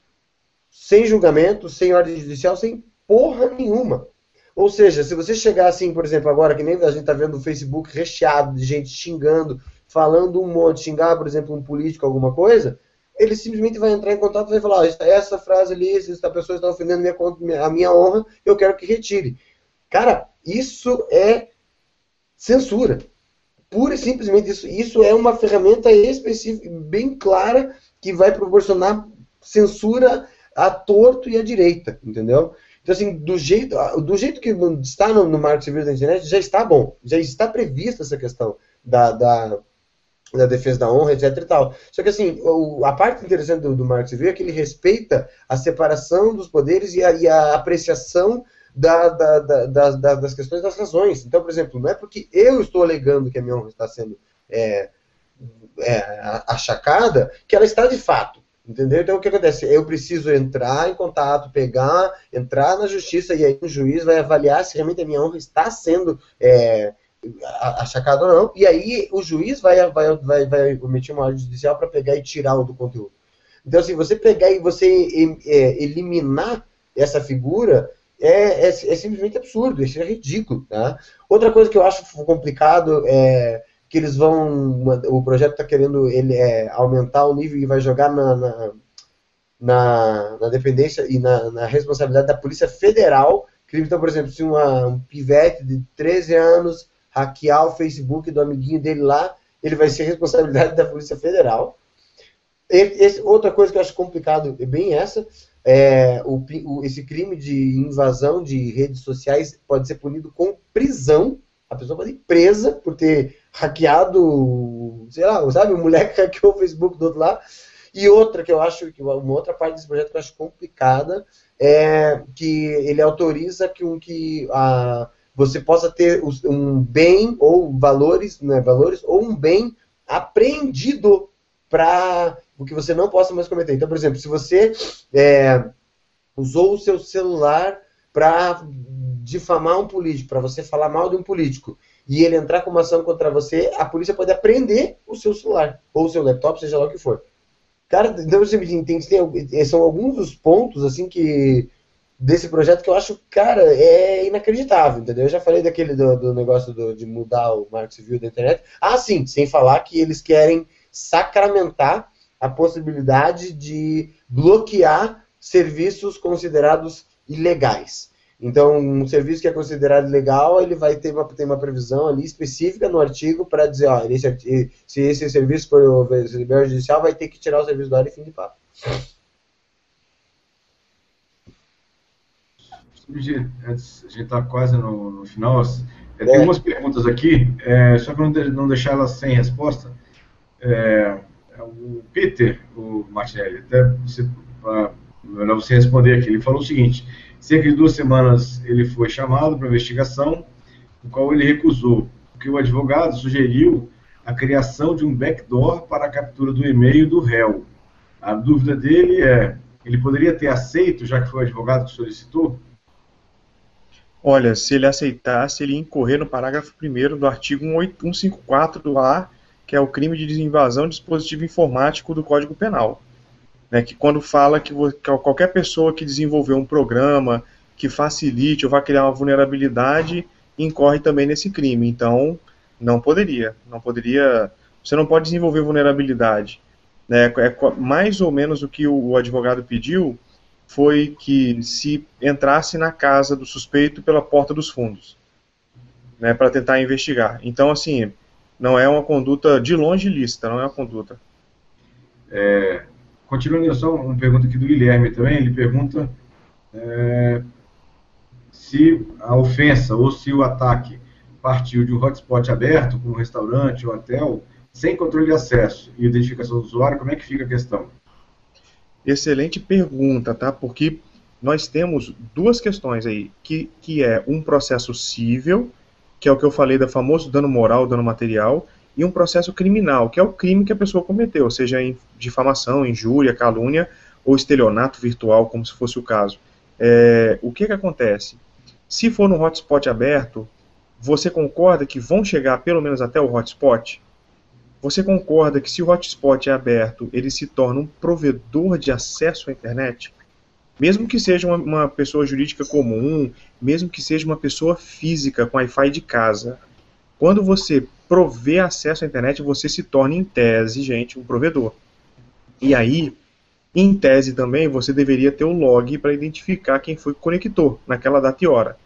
Sem julgamento, sem ordem judicial, sem porra nenhuma. Ou seja, se você chegar assim, por exemplo, agora, que nem a gente está vendo o Facebook recheado de gente xingando, falando um monte, xingar, por exemplo, um político, alguma coisa, ele simplesmente vai entrar em contato e vai falar, oh, essa frase ali, essa pessoa está ofendendo minha, a minha honra, eu quero que retire. Cara, isso é censura. Pura e simplesmente isso. Isso é uma ferramenta específica, bem clara, que vai proporcionar censura a torto e à direita, entendeu? Então, assim, do jeito, do jeito que está no, no Marco Civil da internet, já está bom. Já está prevista essa questão da, da, da defesa da honra, etc e tal. Só que, assim, o, a parte interessante do, do Marco Civil é que ele respeita a separação dos poderes e a, e a apreciação da, da, da, da, das questões das razões. Então, por exemplo, não é porque eu estou alegando que a minha honra está sendo é, é, achacada que ela está de fato. Entendeu? Então, o que acontece? Eu preciso entrar em contato, pegar, entrar na justiça, e aí o juiz vai avaliar se realmente a minha honra está sendo é, achacada ou não, e aí o juiz vai, vai, vai, vai emitir uma ordem judicial para pegar e tirar o do conteúdo. Então, assim, você pegar e você é, eliminar essa figura é, é, é simplesmente absurdo, isso é ridículo. Tá? Outra coisa que eu acho complicado é que eles vão, o projeto está querendo ele, é, aumentar o nível e vai jogar na, na, na, na dependência e na, na responsabilidade da Polícia Federal. Então, por exemplo, se uma, um pivete de treze anos hackear o Facebook do amiguinho dele lá, ele vai ser responsabilidade da Polícia Federal. Esse, outra coisa que eu acho complicado é bem essa, é, o, o, esse crime de invasão de redes sociais pode ser punido com prisão. A pessoa pode ir presa por ter hackeado, sei lá, sabe, o moleque hackeou o Facebook do outro lado. E outra que eu acho, que uma outra parte desse projeto que eu acho complicada, é que ele autoriza que, um, que a, você possa ter um bem ou valores, né, valores ou um bem apreendido para o que você não possa mais cometer. Então, por exemplo, se você é, usou o seu celular para difamar um político, para você falar mal de um político, e ele entrar com uma ação contra você, a polícia pode apreender o seu celular, ou o seu laptop, seja lá o que for. Cara, então você tem, tem, são alguns dos pontos, assim, que desse projeto que eu acho, cara, é inacreditável, entendeu? Eu já falei daquele do, do negócio do, de mudar o Marco Civil da internet. Ah, sim, sem falar que eles querem sacramentar a possibilidade de bloquear serviços considerados ilegais. Então, um serviço que é considerado legal, ele vai ter uma, ter uma previsão ali específica no artigo para dizer, ó, esse, se esse serviço for judicial, vai ter que tirar o serviço do ar e fim de papo. A gente está quase no, no final. É, tem algumas perguntas aqui, é, só para não, de, não deixar elas sem resposta. É, o Peter, o Martinelli, até você, pra, melhor você responder aqui, ele falou o seguinte: cerca de duas semanas ele foi chamado para investigação, no qual ele recusou, porque o advogado sugeriu a criação de um backdoor para a captura do e-mail do réu. A dúvida dele é, ele poderia ter aceito, já que foi o advogado que solicitou? Olha, se ele aceitasse, ele ia incorrer no parágrafo primeiro do artigo cento e cinquenta e quatro do A, que é o crime de invasão de dispositivo informático do Código Penal. Né, que quando fala que, que qualquer pessoa que desenvolveu um programa que facilite ou vai criar uma vulnerabilidade, incorre também nesse crime. Então, não poderia. Não poderia. Você não pode desenvolver vulnerabilidade. Né, é, mais ou menos o que o, o advogado pediu foi que se entrasse na casa do suspeito pela porta dos fundos, né, para tentar investigar. Então, assim, não é uma conduta de longe ilícita, não é uma conduta. É, continuando, só uma pergunta aqui do Guilherme também, ele pergunta é, se a ofensa ou se o ataque partiu de um hotspot aberto, como restaurante ou hotel, sem controle de acesso e identificação do usuário, como é que fica a questão? Excelente pergunta, tá? Porque nós temos duas questões aí, que, que é um processo civil, que é o que eu falei da famoso dano moral, dano material, e um processo criminal, que é o crime que a pessoa cometeu, seja em difamação, injúria, calúnia ou estelionato virtual, como se fosse o caso. É, o que que acontece? Se for no hotspot aberto, você concorda que vão chegar pelo menos até o hotspot? Você concorda que se o hotspot é aberto, ele se torna um provedor de acesso à internet? Mesmo que seja uma, uma pessoa jurídica comum, mesmo que seja uma pessoa física com Wi-Fi de casa, quando você provê acesso à internet, você se torna, em tese, gente, um provedor. E aí, em tese também, você deveria ter o log para identificar quem foi que conectou naquela data e hora.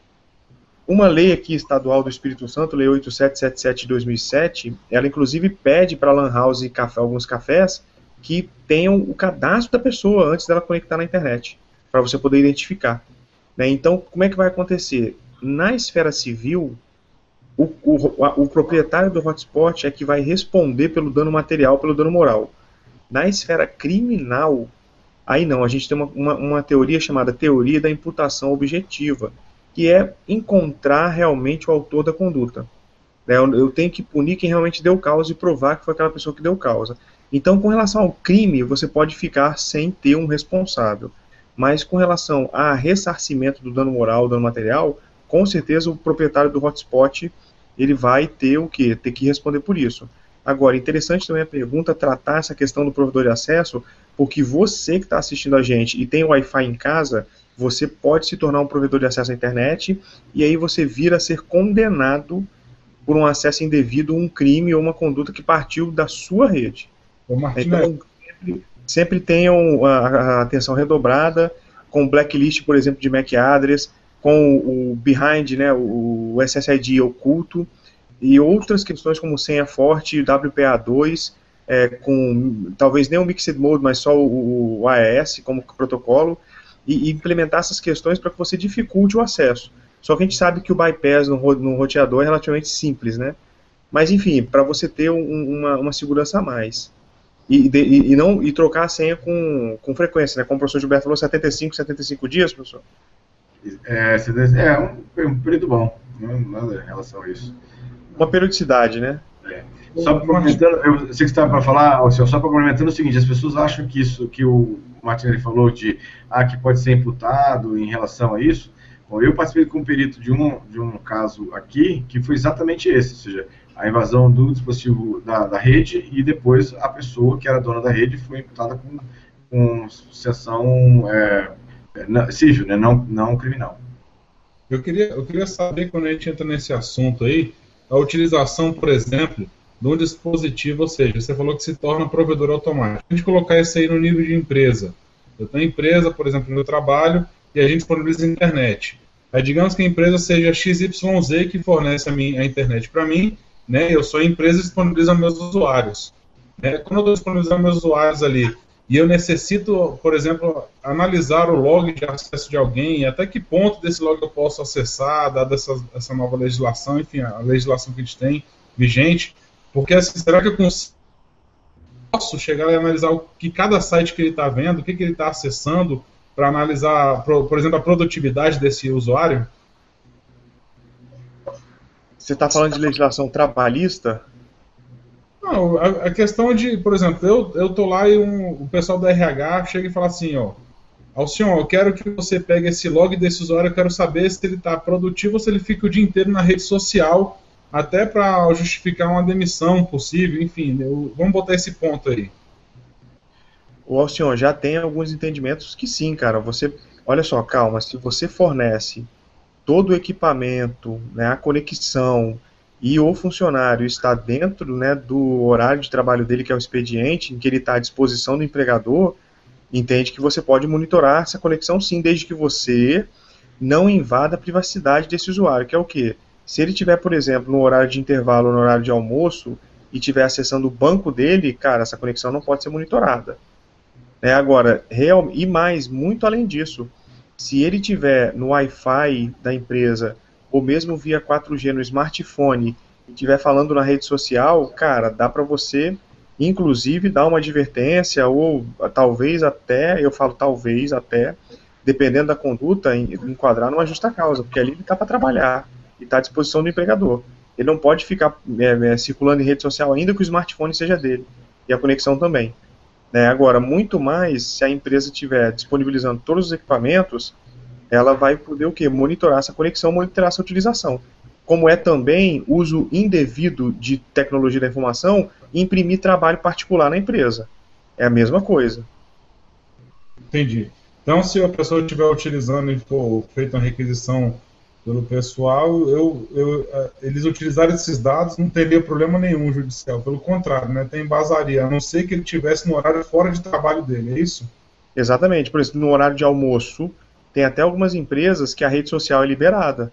Uma lei aqui estadual do Espírito Santo, Lei oito sete sete sete de dois mil e sete, ela inclusive pede para a Lan House e café, alguns cafés que tenham o cadastro da pessoa antes dela conectar na internet, para você poder identificar. Né? Então, como é que vai acontecer? Na esfera civil, o, o, o proprietário do hotspot é que vai responder pelo dano material, pelo dano moral. Na esfera criminal, aí não, a gente tem uma, uma, uma teoria chamada teoria da imputação objetiva, que é encontrar realmente o autor da conduta. Eu tenho que punir quem realmente deu causa e provar que foi aquela pessoa que deu causa. Então, com relação ao crime, você pode ficar sem ter um responsável. Mas com relação a ressarcimento do dano moral, dano material, com certeza o proprietário do hotspot, ele vai ter o quê? Ter que responder por isso. Agora, interessante também a pergunta, tratar essa questão do provedor de acesso, porque você que está assistindo a gente e tem Wi-Fi em casa, você pode se tornar um provedor de acesso à internet e aí você vira a ser condenado por um acesso indevido, um crime ou uma conduta que partiu da sua rede. Ô, Martinelli. Então, sempre, sempre tenham a, a atenção redobrada com o blacklist, por exemplo, de M A C address, com o behind, né, o S S I D oculto e outras questões como senha forte, W P A dois, é, com talvez nem o Mixed Mode, mas só o, o A E S como protocolo, e implementar essas questões para que você dificulte o acesso. Só que a gente sabe que o bypass no, no roteador é relativamente simples, né? Mas, enfim, para você ter um, uma, uma segurança a mais. E, de, e, não, e trocar a senha com, com frequência, né? Como o professor Gilberto falou, setenta e cinco, setenta e cinco dias, professor? É, é um, um período bom, não nada em relação a isso. Uma periodicidade, né? É. Só complementando, eu sei que você estava para falar, só para complementando o seguinte, as pessoas acham que isso que o Martinelli falou de ah, que pode ser imputado em relação a isso. Bom, eu participei como perito de um, de um caso aqui que foi exatamente esse, ou seja, a invasão do dispositivo da, da rede e depois a pessoa que era dona da rede foi imputada com, com sucessão é, civil, né, não, não criminal. Eu queria, eu queria saber, quando a gente entra nesse assunto aí, a utilização, por exemplo, de um dispositivo, ou seja, você falou que se torna provedor automático. A gente colocar isso aí no nível de empresa. Eu tenho empresa, por exemplo, no meu trabalho, e a gente disponibiliza a internet. Aí, digamos que a empresa seja X Y Z que fornece a, minha, a internet para mim, né? Eu sou a empresa e disponibilizo aos meus usuários. Né? Quando eu estou disponibilizando meus usuários ali, e eu necessito, por exemplo, analisar o log de acesso de alguém, até que ponto desse log eu posso acessar, dada essa, essa nova legislação, enfim, a legislação que a gente tem vigente, porque assim, será que eu consigo posso chegar e analisar o que cada site que ele está vendo, o que, que ele está acessando, para analisar, por, por exemplo, a produtividade desse usuário? Você está falando de legislação trabalhista? Não, a, a questão é de, por exemplo, eu eu tô lá e um, o pessoal da R H chega e fala assim, ó, Alcion, eu quero que você pegue esse log desse usuário, eu quero saber se ele está produtivo ou se ele fica o dia inteiro na rede social, até para justificar uma demissão possível, enfim, eu, vamos botar esse ponto aí. O Alcion já tem alguns entendimentos que sim, cara, você, olha só, calma, se você fornece todo o equipamento, né, a conexão, e o funcionário está dentro, né, do horário de trabalho dele, que é o expediente, em que ele está à disposição do empregador, entende que você pode monitorar essa conexão sim, desde que você não invada a privacidade desse usuário, que é o quê? Se ele tiver, por exemplo, no horário de intervalo ou no horário de almoço, e estiver acessando o banco dele, cara, essa conexão não pode ser monitorada. É, agora, real, e mais, muito além disso, se ele tiver no Wi-Fi da empresa, ou mesmo via quatro G no smartphone, e estiver falando na rede social, cara, dá para você, inclusive, dar uma advertência, ou talvez até, eu falo talvez até, dependendo da conduta, enquadrar numa justa causa, porque ali ele está para trabalhar, e está à disposição do empregador. Ele não pode ficar é, é, circulando em rede social, ainda que o smartphone seja dele, e a conexão também. É, agora, muito mais, se a empresa estiver disponibilizando todos os equipamentos, ela vai poder o quê? Monitorar essa conexão, monitorar essa utilização. Como é também uso indevido de tecnologia da informação e imprimir trabalho particular na empresa. É a mesma coisa. Entendi. Então, se a pessoa estiver utilizando e for feita uma requisição pelo pessoal, eu, eu, eles utilizarem esses dados não teria problema nenhum judicial. Pelo contrário, né, tem embasaria, a não ser que ele estivesse no horário fora de trabalho dele, é isso? Exatamente. Por exemplo, no horário de almoço, tem até algumas empresas que a rede social é liberada.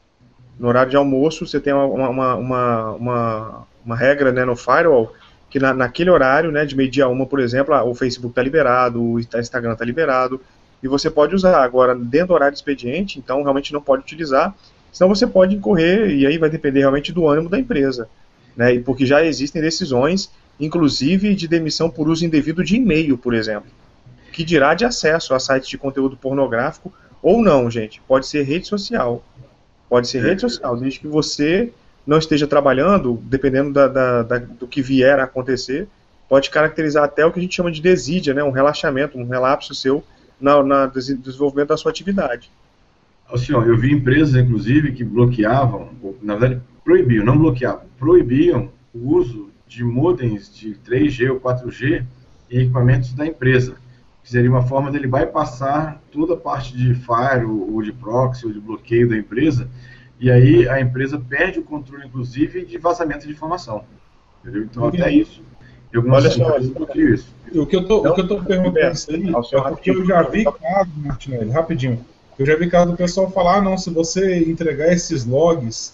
No horário de almoço, você tem uma, uma, uma, uma, uma regra, né, no firewall, que na, naquele horário, né, de meio-dia a uma, por exemplo, o Facebook está liberado, o Instagram está liberado, e você pode usar. Agora, dentro do horário de expediente, então realmente não pode utilizar, senão você pode incorrer, e aí vai depender realmente do ânimo da empresa, né, e porque já existem decisões, inclusive de demissão por uso indevido de e-mail, por exemplo, que dirá de acesso a sites de conteúdo pornográfico, ou não, gente, pode ser rede social, pode ser rede social, desde que você não esteja trabalhando, dependendo da, da, da, do que vier a acontecer, pode caracterizar até o que a gente chama de desídia, né, um relaxamento, um relapso seu no na desenvolvimento da sua atividade. Alcion, eu vi empresas, inclusive, que bloqueavam, ou, na verdade, proibiam, não bloqueavam, proibiam o uso de modems de três G ou quatro G em equipamentos da empresa. Que seria uma forma dele bypassar toda a parte de firewall, ou de proxy, ou de bloqueio da empresa, e aí a empresa perde o controle, inclusive, de vazamento de informação. Entendeu? Então, okay. Até isso. Olha só, isso. O que eu tô, o que eu tô perguntando isso aí é porque eu já vi caso, Martinelli, rapidinho, eu já vi caso do pessoal falar, ah, não, se você entregar esses logs,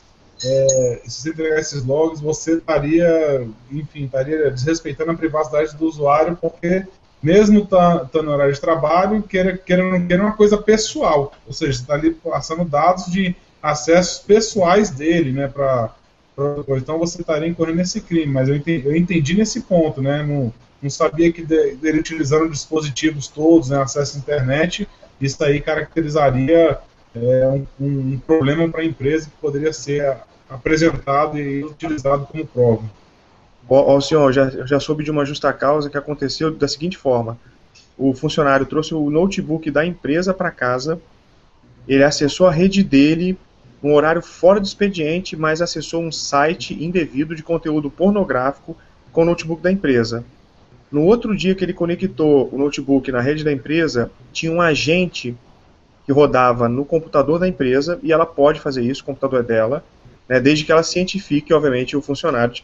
é, se você entregar esses logs, você estaria, enfim, estaria desrespeitando a privacidade do usuário, porque mesmo tá, tá no horário de trabalho, queira, queira não queira uma coisa pessoal, ou seja, você está ali passando dados de acessos pessoais dele, né, para então você estaria incorrendo nesse crime, mas eu entendi, eu entendi nesse ponto, né, não, não sabia que de, dele utilizando dispositivos todos, né, acesso à internet, isso aí caracterizaria é, um, um problema para a empresa que poderia ser apresentado e utilizado como prova. Ó, ó, senhor, eu já, eu já soube de uma justa causa que aconteceu da seguinte forma: o funcionário trouxe o notebook da empresa para casa, ele acessou a rede dele um horário fora do expediente, mas acessou um site indevido de conteúdo pornográfico com o notebook da empresa. No outro dia que ele conectou o notebook na rede da empresa, tinha um agente que rodava no computador da empresa, e ela pode fazer isso, o computador é dela, né, desde que ela cientifique, obviamente, o funcionário de que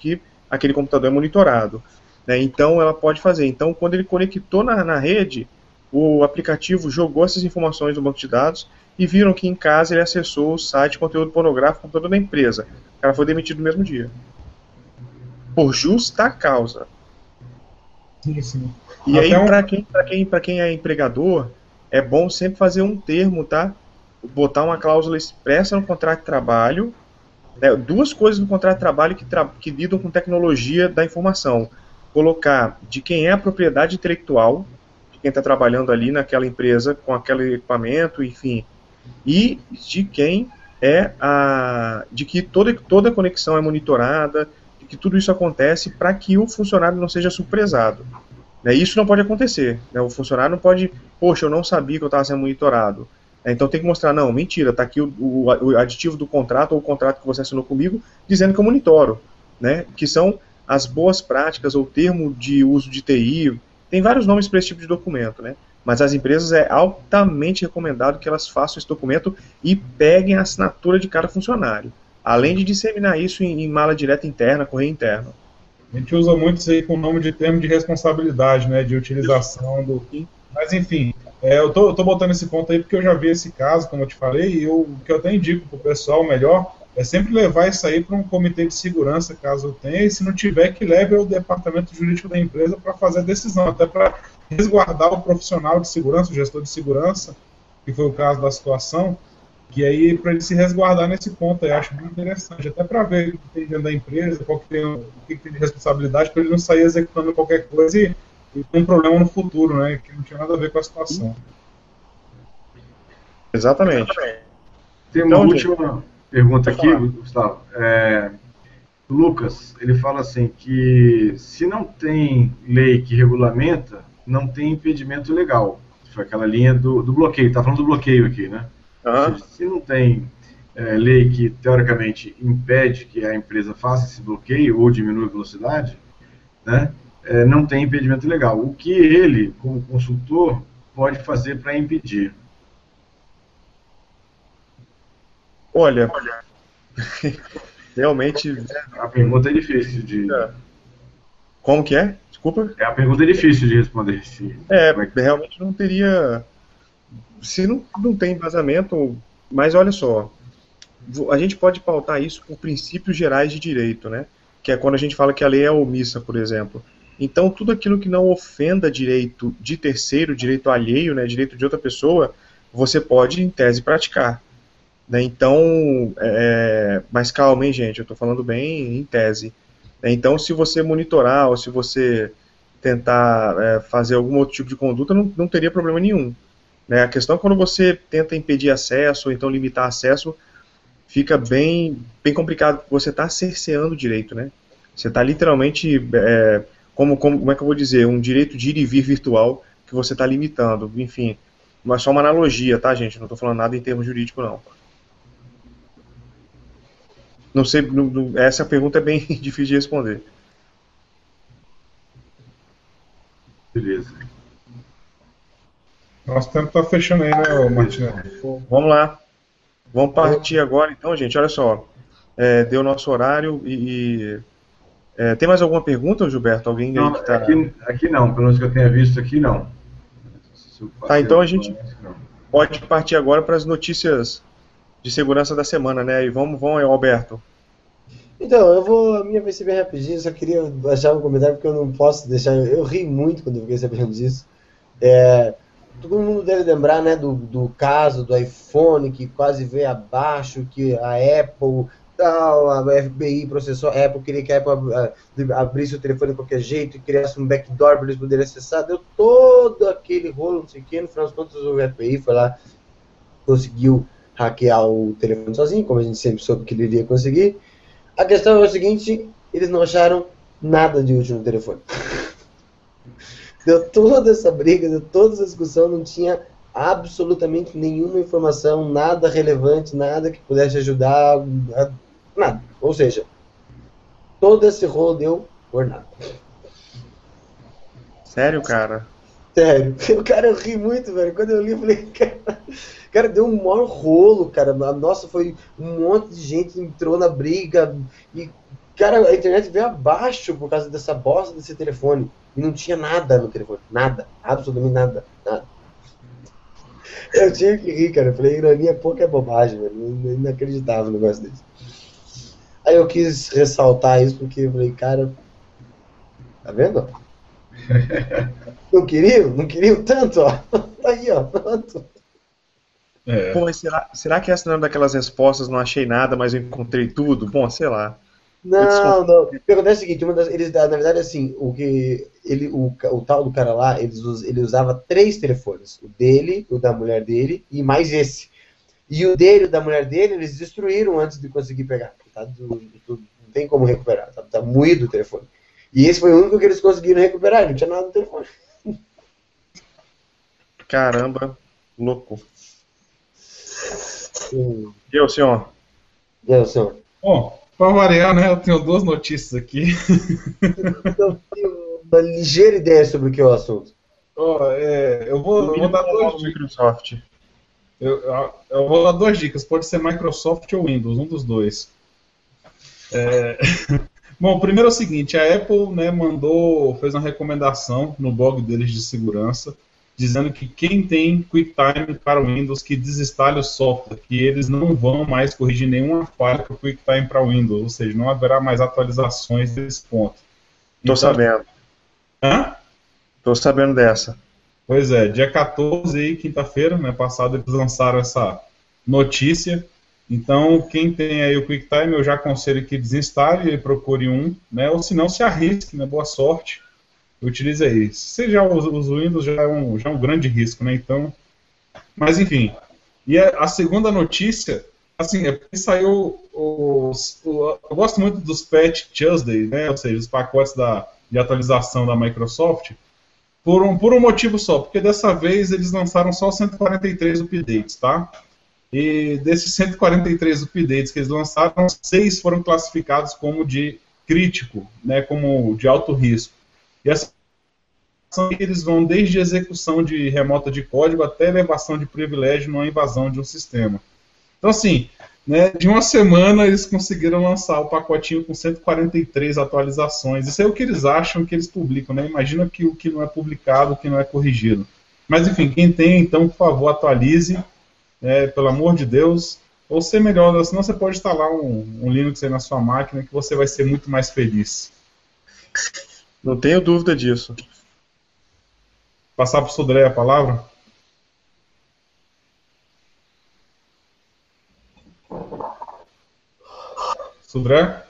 aquele computador é monitorado. Né? Então ela pode fazer. Então quando ele conectou na, na rede, o aplicativo jogou essas informações no banco de dados e viram que em casa ele acessou o site de conteúdo pornográfico computador da empresa. O cara foi demitido no mesmo dia. Por justa causa. Sim, sim. E Até aí, um... para quem, para quem, para quem é empregador, é bom sempre fazer um termo, tá? Botar uma cláusula expressa no contrato de trabalho, né? Duas coisas no contrato de trabalho que, tra... que lidam com tecnologia da informação. Colocar de quem é a propriedade intelectual, de quem está trabalhando ali naquela empresa com aquele equipamento, enfim, e de quem é a... de que toda, toda a conexão é monitorada, de que tudo isso acontece para que o funcionário não seja surpresado. Né? Isso não pode acontecer. Né? O funcionário não pode, poxa, eu não sabia que eu estava sendo monitorado. É, então tem que mostrar, não, mentira, está aqui o, o, o aditivo do contrato ou o contrato que você assinou comigo dizendo que eu monitoro. Né? Que são as boas práticas ou termo de uso de T I. Tem vários nomes para esse tipo de documento, né? Mas as empresas é altamente recomendado que elas façam esse documento e peguem a assinatura de cada funcionário. Além de disseminar isso em, em mala direta interna, correio interno. A gente usa muito isso aí com o nome de termo de responsabilidade, né, de utilização do... Mas, enfim, é, eu tô, eu tô botando esse ponto aí porque eu já vi esse caso, como eu te falei, e eu, o que eu até indico pro pessoal melhor é sempre levar isso aí para um comitê de segurança, caso tenha, e se não tiver, que leve ao departamento jurídico da empresa para fazer a decisão, até para resguardar o profissional de segurança, o gestor de segurança, que foi o caso da situação, que aí para ele se resguardar nesse ponto aí, eu acho muito interessante, até para ver o que tem dentro da empresa, qual que tem, o que tem de responsabilidade, para ele não sair executando qualquer coisa e, e ter um problema no futuro, né, que não tinha nada a ver com a situação. Exatamente. Tem uma então, última gente, pergunta aqui, falar. Gustavo. É, Lucas, ele fala assim que se não tem lei que regulamenta, não tem impedimento legal. Foi aquela linha do, do bloqueio, está falando do bloqueio aqui, né? Uhum. Seja, se não tem é, lei que, teoricamente, impede que a empresa faça esse bloqueio ou diminua a velocidade, né, é, não tem impedimento legal. O que ele, como consultor, pode fazer para impedir? Olha, realmente... A pergunta é difícil de... Como que é? Desculpa? É, a pergunta é difícil de responder. Se... É, é, realmente não teria... Se não, não tem embasamento, mas olha só, a gente pode pautar isso por princípios gerais de direito, né? Que é quando a gente fala que a lei é omissa, por exemplo. Então, tudo aquilo que não ofenda direito de terceiro, direito alheio, né, direito de outra pessoa, você pode, em tese, praticar. Né? Então, é... mas calma, hein, gente, eu estou falando bem em tese. Então, se você monitorar ou se você tentar é, fazer algum outro tipo de conduta, não, não teria problema nenhum. Né? A questão é quando você tenta impedir acesso ou então limitar acesso, fica bem, bem complicado, porque você está cerceando o direito. Né? Você está literalmente, é, como, como, como é que eu vou dizer, um direito de ir e vir virtual que você está limitando. Enfim, mas só uma analogia, tá, gente? Não estou falando nada em termos jurídicos, não. Não sei, não, não, essa pergunta é bem difícil de responder. Beleza. Nosso tempo está fechando aí, né, Martinez? Vamos lá. Vamos partir agora, então, gente. Olha só. É, deu nosso horário e... e é, tem mais alguma pergunta, Gilberto? Alguém não, aí que tá... aqui, aqui não. Pelo menos que eu tenha visto aqui, não. Tá, então a gente pode partir agora para as notícias de segurança da semana, né? E vamos, vamos, Alberto. Então, eu vou, a minha vai ser bem rapidinho, só queria deixar um comentário porque eu não posso deixar, eu ri muito quando eu fiquei sabendo disso. É, todo mundo deve lembrar, né, do, do caso do iPhone que quase veio abaixo, que a Apple, tal, a F B I processou a Apple, queria que a Apple abrisse o telefone de qualquer jeito e criasse um backdoor para eles poderem acessar, deu todo aquele rolo, não sei o que, no final das contas o F B I foi lá, conseguiu hackear o telefone sozinho, como a gente sempre soube que ele iria conseguir. A questão é o seguinte, eles não acharam nada de útil no telefone. Deu toda essa briga, deu toda essa discussão, não tinha absolutamente nenhuma informação, nada relevante, nada que pudesse ajudar, nada. Ou seja, todo esse rolo deu por nada. Sério, cara? Sério. O cara, eu ri muito, velho. Quando eu li, eu falei, cara... Cara, deu um maior rolo, cara. Nossa, foi um monte de gente entrou na briga. E, Cara, a internet veio abaixo por causa dessa bosta desse telefone. E não tinha nada no telefone. Nada. Absolutamente nada. Nada. Eu tinha que rir, cara. Eu falei, ironia pouco é bobagem, velho. Inacreditável um negócio desse. Aí eu quis ressaltar isso porque eu falei, cara... Tá vendo? Não queriam? Não queriam tanto, ó. Tá aí, ó. Tanto. É. Pô, mas será, será que essa não é daquelas respostas, não achei nada, mas eu encontrei tudo? Bom, sei lá. Não, não. O que acontece é o seguinte, uma das, eles, na verdade, assim, o que ele, o, o tal do cara lá, eles, ele usava três telefones. O dele, o da mulher dele e mais esse. E o dele e o da mulher dele, eles destruíram antes de conseguir pegar. Tá, do, do, não tem como recuperar, tá, tá moído o telefone. E esse foi o único que eles conseguiram recuperar, não tinha nada no telefone. Caramba, louco. E eu, senhor? E eu, senhor? Bom, para variar, né, eu tenho duas notícias aqui. Eu tenho uma ligeira ideia sobre o que é o assunto. Oh, é, eu vou, eu vou dar duas dicas. Microsoft. Eu, eu, eu vou dar duas dicas, pode ser Microsoft ou Windows, um dos dois. É... Bom, primeiro é o seguinte, a Apple, né, mandou, fez uma recomendação no blog deles de segurança, dizendo que quem tem QuickTime para o Windows, que desinstale o software, que eles não vão mais corrigir nenhuma falha para o QuickTime para o Windows, ou seja, não haverá mais atualizações desse ponto. Tô então, sabendo. Hã? Tô sabendo dessa. Pois é, dia quatorze, aí, quinta-feira, né, passado, eles lançaram essa notícia. Então, quem tem aí o QuickTime, eu já aconselho que desinstale e procure um, né, ou se não, se arrisque, né, boa sorte. Utilize aí. Se você já usa o Windows, já é, um, já é um grande risco, né? Então, mas enfim. E a, a segunda notícia, assim, é porque saiu os, o, eu gosto muito dos Patch Tuesday, né? Ou seja, os pacotes da, de atualização da Microsoft, por um, por um motivo só, porque dessa vez eles lançaram só cento e quarenta e três updates, tá? E desses cento e quarenta e três updates que eles lançaram, seis foram classificados como de crítico, né? Como de alto risco. E essa são que eles vão desde execução de remota de código até elevação de privilégio numa invasão de um sistema. Então, assim, né, de uma semana eles conseguiram lançar o pacotinho com cento e quarenta e três atualizações. Isso é o que eles acham que eles publicam, né? Imagina que o que não é publicado, o que não é corrigido. Mas, enfim, quem tem, então, por favor, atualize, né, pelo amor de Deus. Ou ser melhor, senão você pode instalar um, um Linux aí na sua máquina que você vai ser muito mais feliz. Não tenho dúvida disso. Passar para o Sudré a palavra? Sudré?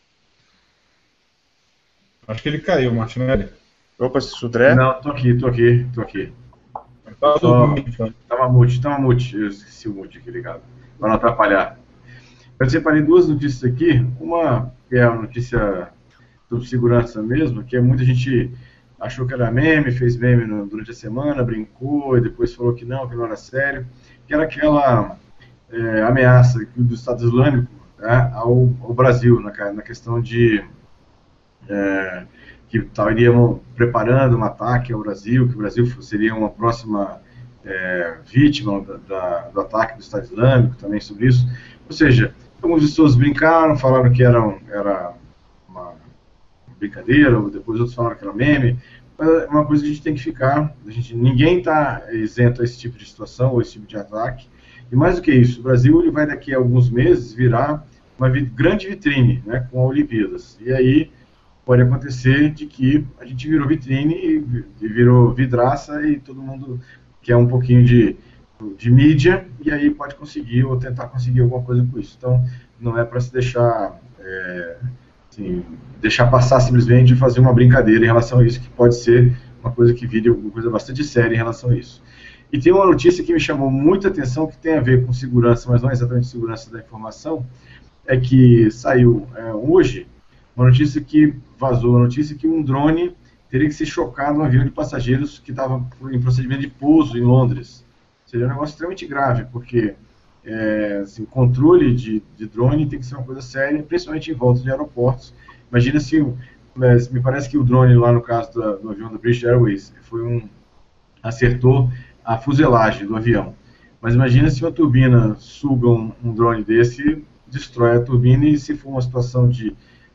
Acho que ele caiu, Martinelli. Opa, Sudré? Não, tô aqui, tô aqui, tô aqui. Tá Só... dormindo, então. Tava mute, tava mute. Eu esqueci o mute aqui ligado. Para não atrapalhar. Eu separei duas notícias aqui. Uma que é a notícia sobre segurança mesmo, que é muita gente achou que era meme, fez meme no, durante a semana, brincou e depois falou que não, que não era sério, que era aquela é, ameaça do Estado Islâmico, né, ao, ao Brasil, na, na questão de é, que estaríamos preparando um ataque ao Brasil, que o Brasil seria uma próxima é, vítima da, da, do ataque do Estado Islâmico, também sobre isso. Ou seja, algumas pessoas brincaram, falaram que era, era uma brincadeira, ou depois outros falaram que era meme. Mas é uma coisa que a gente tem que ficar, a gente, ninguém está isento a esse tipo de situação, ou esse tipo de ataque. E mais do que isso, o Brasil ele vai daqui a alguns meses virar uma vi grande vitrine, né, com a Olimpíadas. E aí pode acontecer de que a gente virou vitrine e, e virou vidraça e todo mundo quer um pouquinho de, de mídia e aí pode conseguir ou tentar conseguir alguma coisa com isso. Então não é para se deixar... É, Assim, deixar passar simplesmente e fazer uma brincadeira em relação a isso, que pode ser uma coisa que vire uma coisa bastante séria em relação a isso. E tem uma notícia que me chamou muita atenção, que tem a ver com segurança, mas não exatamente segurança da informação, é que saiu é, hoje uma notícia que vazou, a notícia que um drone teria que ser chocado no avião de passageiros que estava em procedimento de pouso em Londres. Seria um negócio extremamente grave, porque... É, assim, controle de, de drone tem que ser uma coisa séria, principalmente em volta de aeroportos. Imagina se, me parece que o drone lá no caso do, do avião da British Airways foi um, acertou a fuselagem do avião. Mas imagina se uma turbina suga um, um drone desse, destrói a turbina e se for uma situação de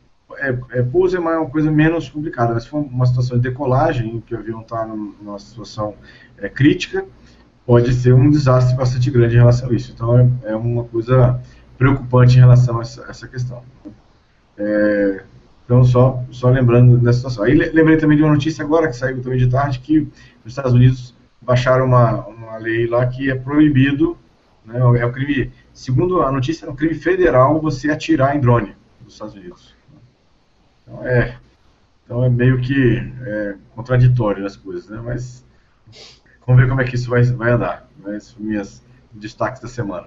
é, é, pouso é uma coisa menos complicada, mas se for uma situação de decolagem, em que o avião está numa situação é, crítica, pode ser um desastre bastante grande em relação a isso. Então é, é uma coisa preocupante em relação a essa, essa questão. É, então, só, só lembrando dessa situação. Aí lembrei também de uma notícia agora, que saiu também de tarde, que os Estados Unidos baixaram uma, uma lei lá que é proibido, né, é um crime, segundo a notícia, é um crime federal você atirar em drone nos Estados Unidos. Então é, então é meio que é, contraditório as coisas, né, mas vamos ver como é que isso vai, vai andar. Né, esses são meus destaques da semana.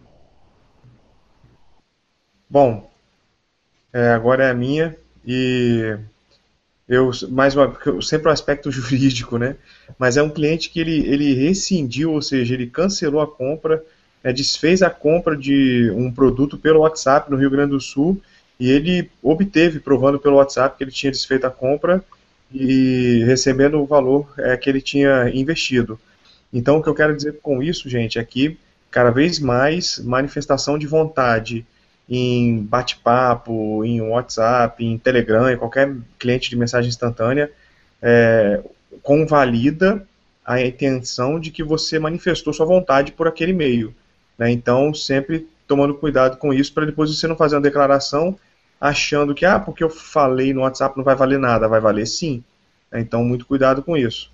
Bom, é, agora é a minha. E eu, mais uma, sempre o aspecto jurídico, né? Mas é um cliente que ele, ele rescindiu, ou seja, ele cancelou a compra, né, desfez a compra de um produto pelo WhatsApp no Rio Grande do Sul, e ele obteve, provando pelo WhatsApp que ele tinha desfeito a compra e recebendo o valor é, que ele tinha investido. Então, o que eu quero dizer com isso, gente, é que cada vez mais manifestação de vontade em bate-papo, em WhatsApp, em Telegram, em qualquer cliente de mensagem instantânea, é, convalida a intenção de que você manifestou sua vontade por aquele meio. Né? Então, sempre tomando cuidado com isso, para depois você não fazer uma declaração achando que, ah, porque eu falei no WhatsApp não vai valer nada, vai valer sim. Né? Então, muito cuidado com isso.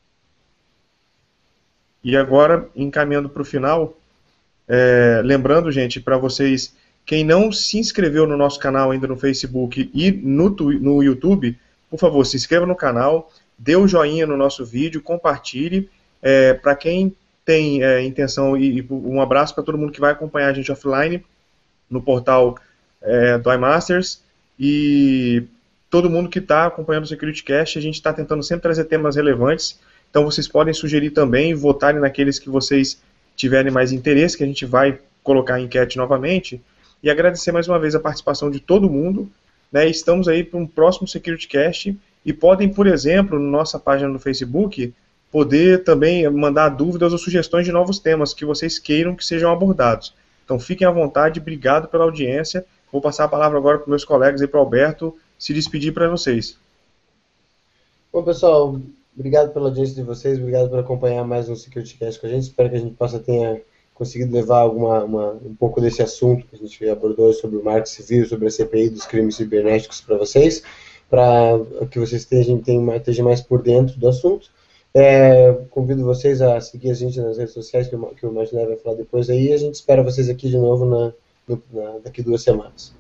E agora, encaminhando para o final, é, lembrando, gente, para vocês... Quem não se inscreveu no nosso canal ainda no Facebook e no, no YouTube, por favor, se inscreva no canal, dê o um joinha no nosso vídeo, compartilhe. É, para quem tem é, intenção, e, e um abraço para todo mundo que vai acompanhar a gente offline no portal é, do iMasters, e todo mundo que está acompanhando o SecurityCast, a gente está tentando sempre trazer temas relevantes, então vocês podem sugerir também, votarem naqueles que vocês tiverem mais interesse, que a gente vai colocar a enquete novamente. E agradecer mais uma vez a participação de todo mundo. Né? Estamos aí para um próximo SecurityCast e podem, por exemplo, na nossa página no Facebook, poder também mandar dúvidas ou sugestões de novos temas que vocês queiram que sejam abordados. Então fiquem à vontade, obrigado pela audiência. Vou passar a palavra agora para os meus colegas e para o Alberto se despedir para vocês. Bom, pessoal, obrigado pela audiência de vocês, obrigado por acompanhar mais um SecurityCast com a gente. Espero que a gente possa ter conseguido levar alguma, uma, um pouco desse assunto que a gente abordou sobre o marco civil, sobre a C P I dos crimes cibernéticos para vocês, para que vocês estejam, tenham, estejam mais por dentro do assunto. É, convido vocês a seguir a gente nas redes sociais, que o, que o Martinelli vai falar depois aí, e a gente espera vocês aqui de novo na, no, na, daqui duas semanas.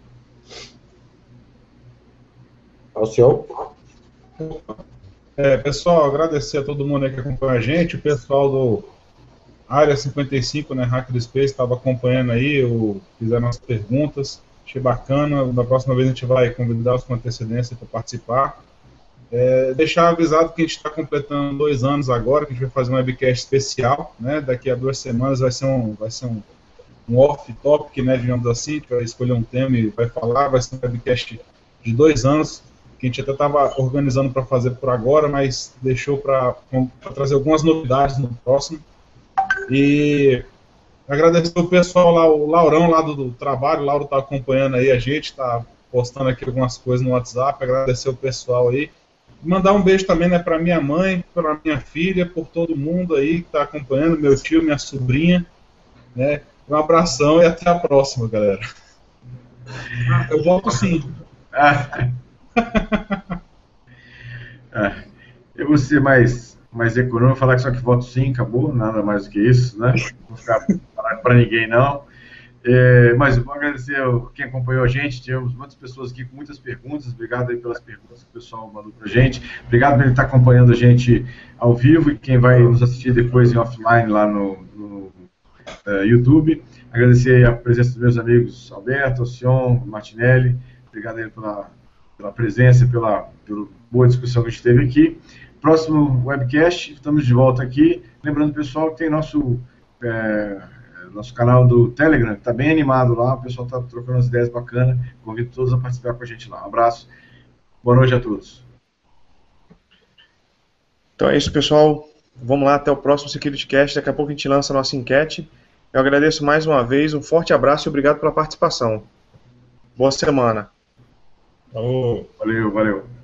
Alcion? É, pessoal, agradecer a todo mundo aí que acompanha a gente, o pessoal do Área cinquenta e cinco, né, Hacker Space, estava acompanhando aí, eu, fizeram as perguntas, achei bacana, da próxima vez a gente vai convidá-los com antecedência para participar. É, deixar avisado que a gente está completando dois anos agora, que a gente vai fazer um webcast especial, né, daqui a duas semanas vai ser um, vai ser um, um off-topic, né, digamos assim, que vai escolher um tema e vai falar, vai ser um webcast de dois anos, que a gente até estava organizando para fazer por agora, mas deixou para trazer algumas novidades no próximo. E agradecer o pessoal lá, o Laurão lá do, do trabalho, o Lauro está acompanhando aí a gente, está postando aqui algumas coisas no WhatsApp, agradecer o pessoal aí. Mandar um beijo também, né, para minha mãe, para minha filha, por todo mundo aí que está acompanhando, meu tio, minha sobrinha, né, um abração e até a próxima, galera. Ah, eu volto sim. Ah. Ah, eu vou ser mais, mais econômico, falar que só que voto sim, acabou, nada mais do que isso, né? Não vou ficar para ninguém, não. É, mas eu vou agradecer quem acompanhou a gente, tivemos muitas pessoas aqui com muitas perguntas, obrigado aí pelas perguntas que o pessoal mandou para a gente, obrigado por ele estar acompanhando a gente ao vivo e quem vai nos assistir depois em offline lá no, no uh, YouTube. Agradecer a presença dos meus amigos Alberto, Alcion, Martinelli, obrigado aí pela, pela presença, pela, pela boa discussão que a gente teve aqui. Próximo webcast, estamos de volta aqui. Lembrando, pessoal, que tem nosso, é, nosso canal do Telegram, que está bem animado lá, o pessoal está trocando umas ideias bacanas. Convido todos a participar com a gente lá. Um abraço, boa noite a todos. Então é isso, pessoal. Vamos lá, até o próximo SecurityCast. Daqui a pouco a gente lança a nossa enquete. Eu agradeço mais uma vez, um forte abraço e obrigado pela participação. Boa semana. Falou. Valeu, valeu.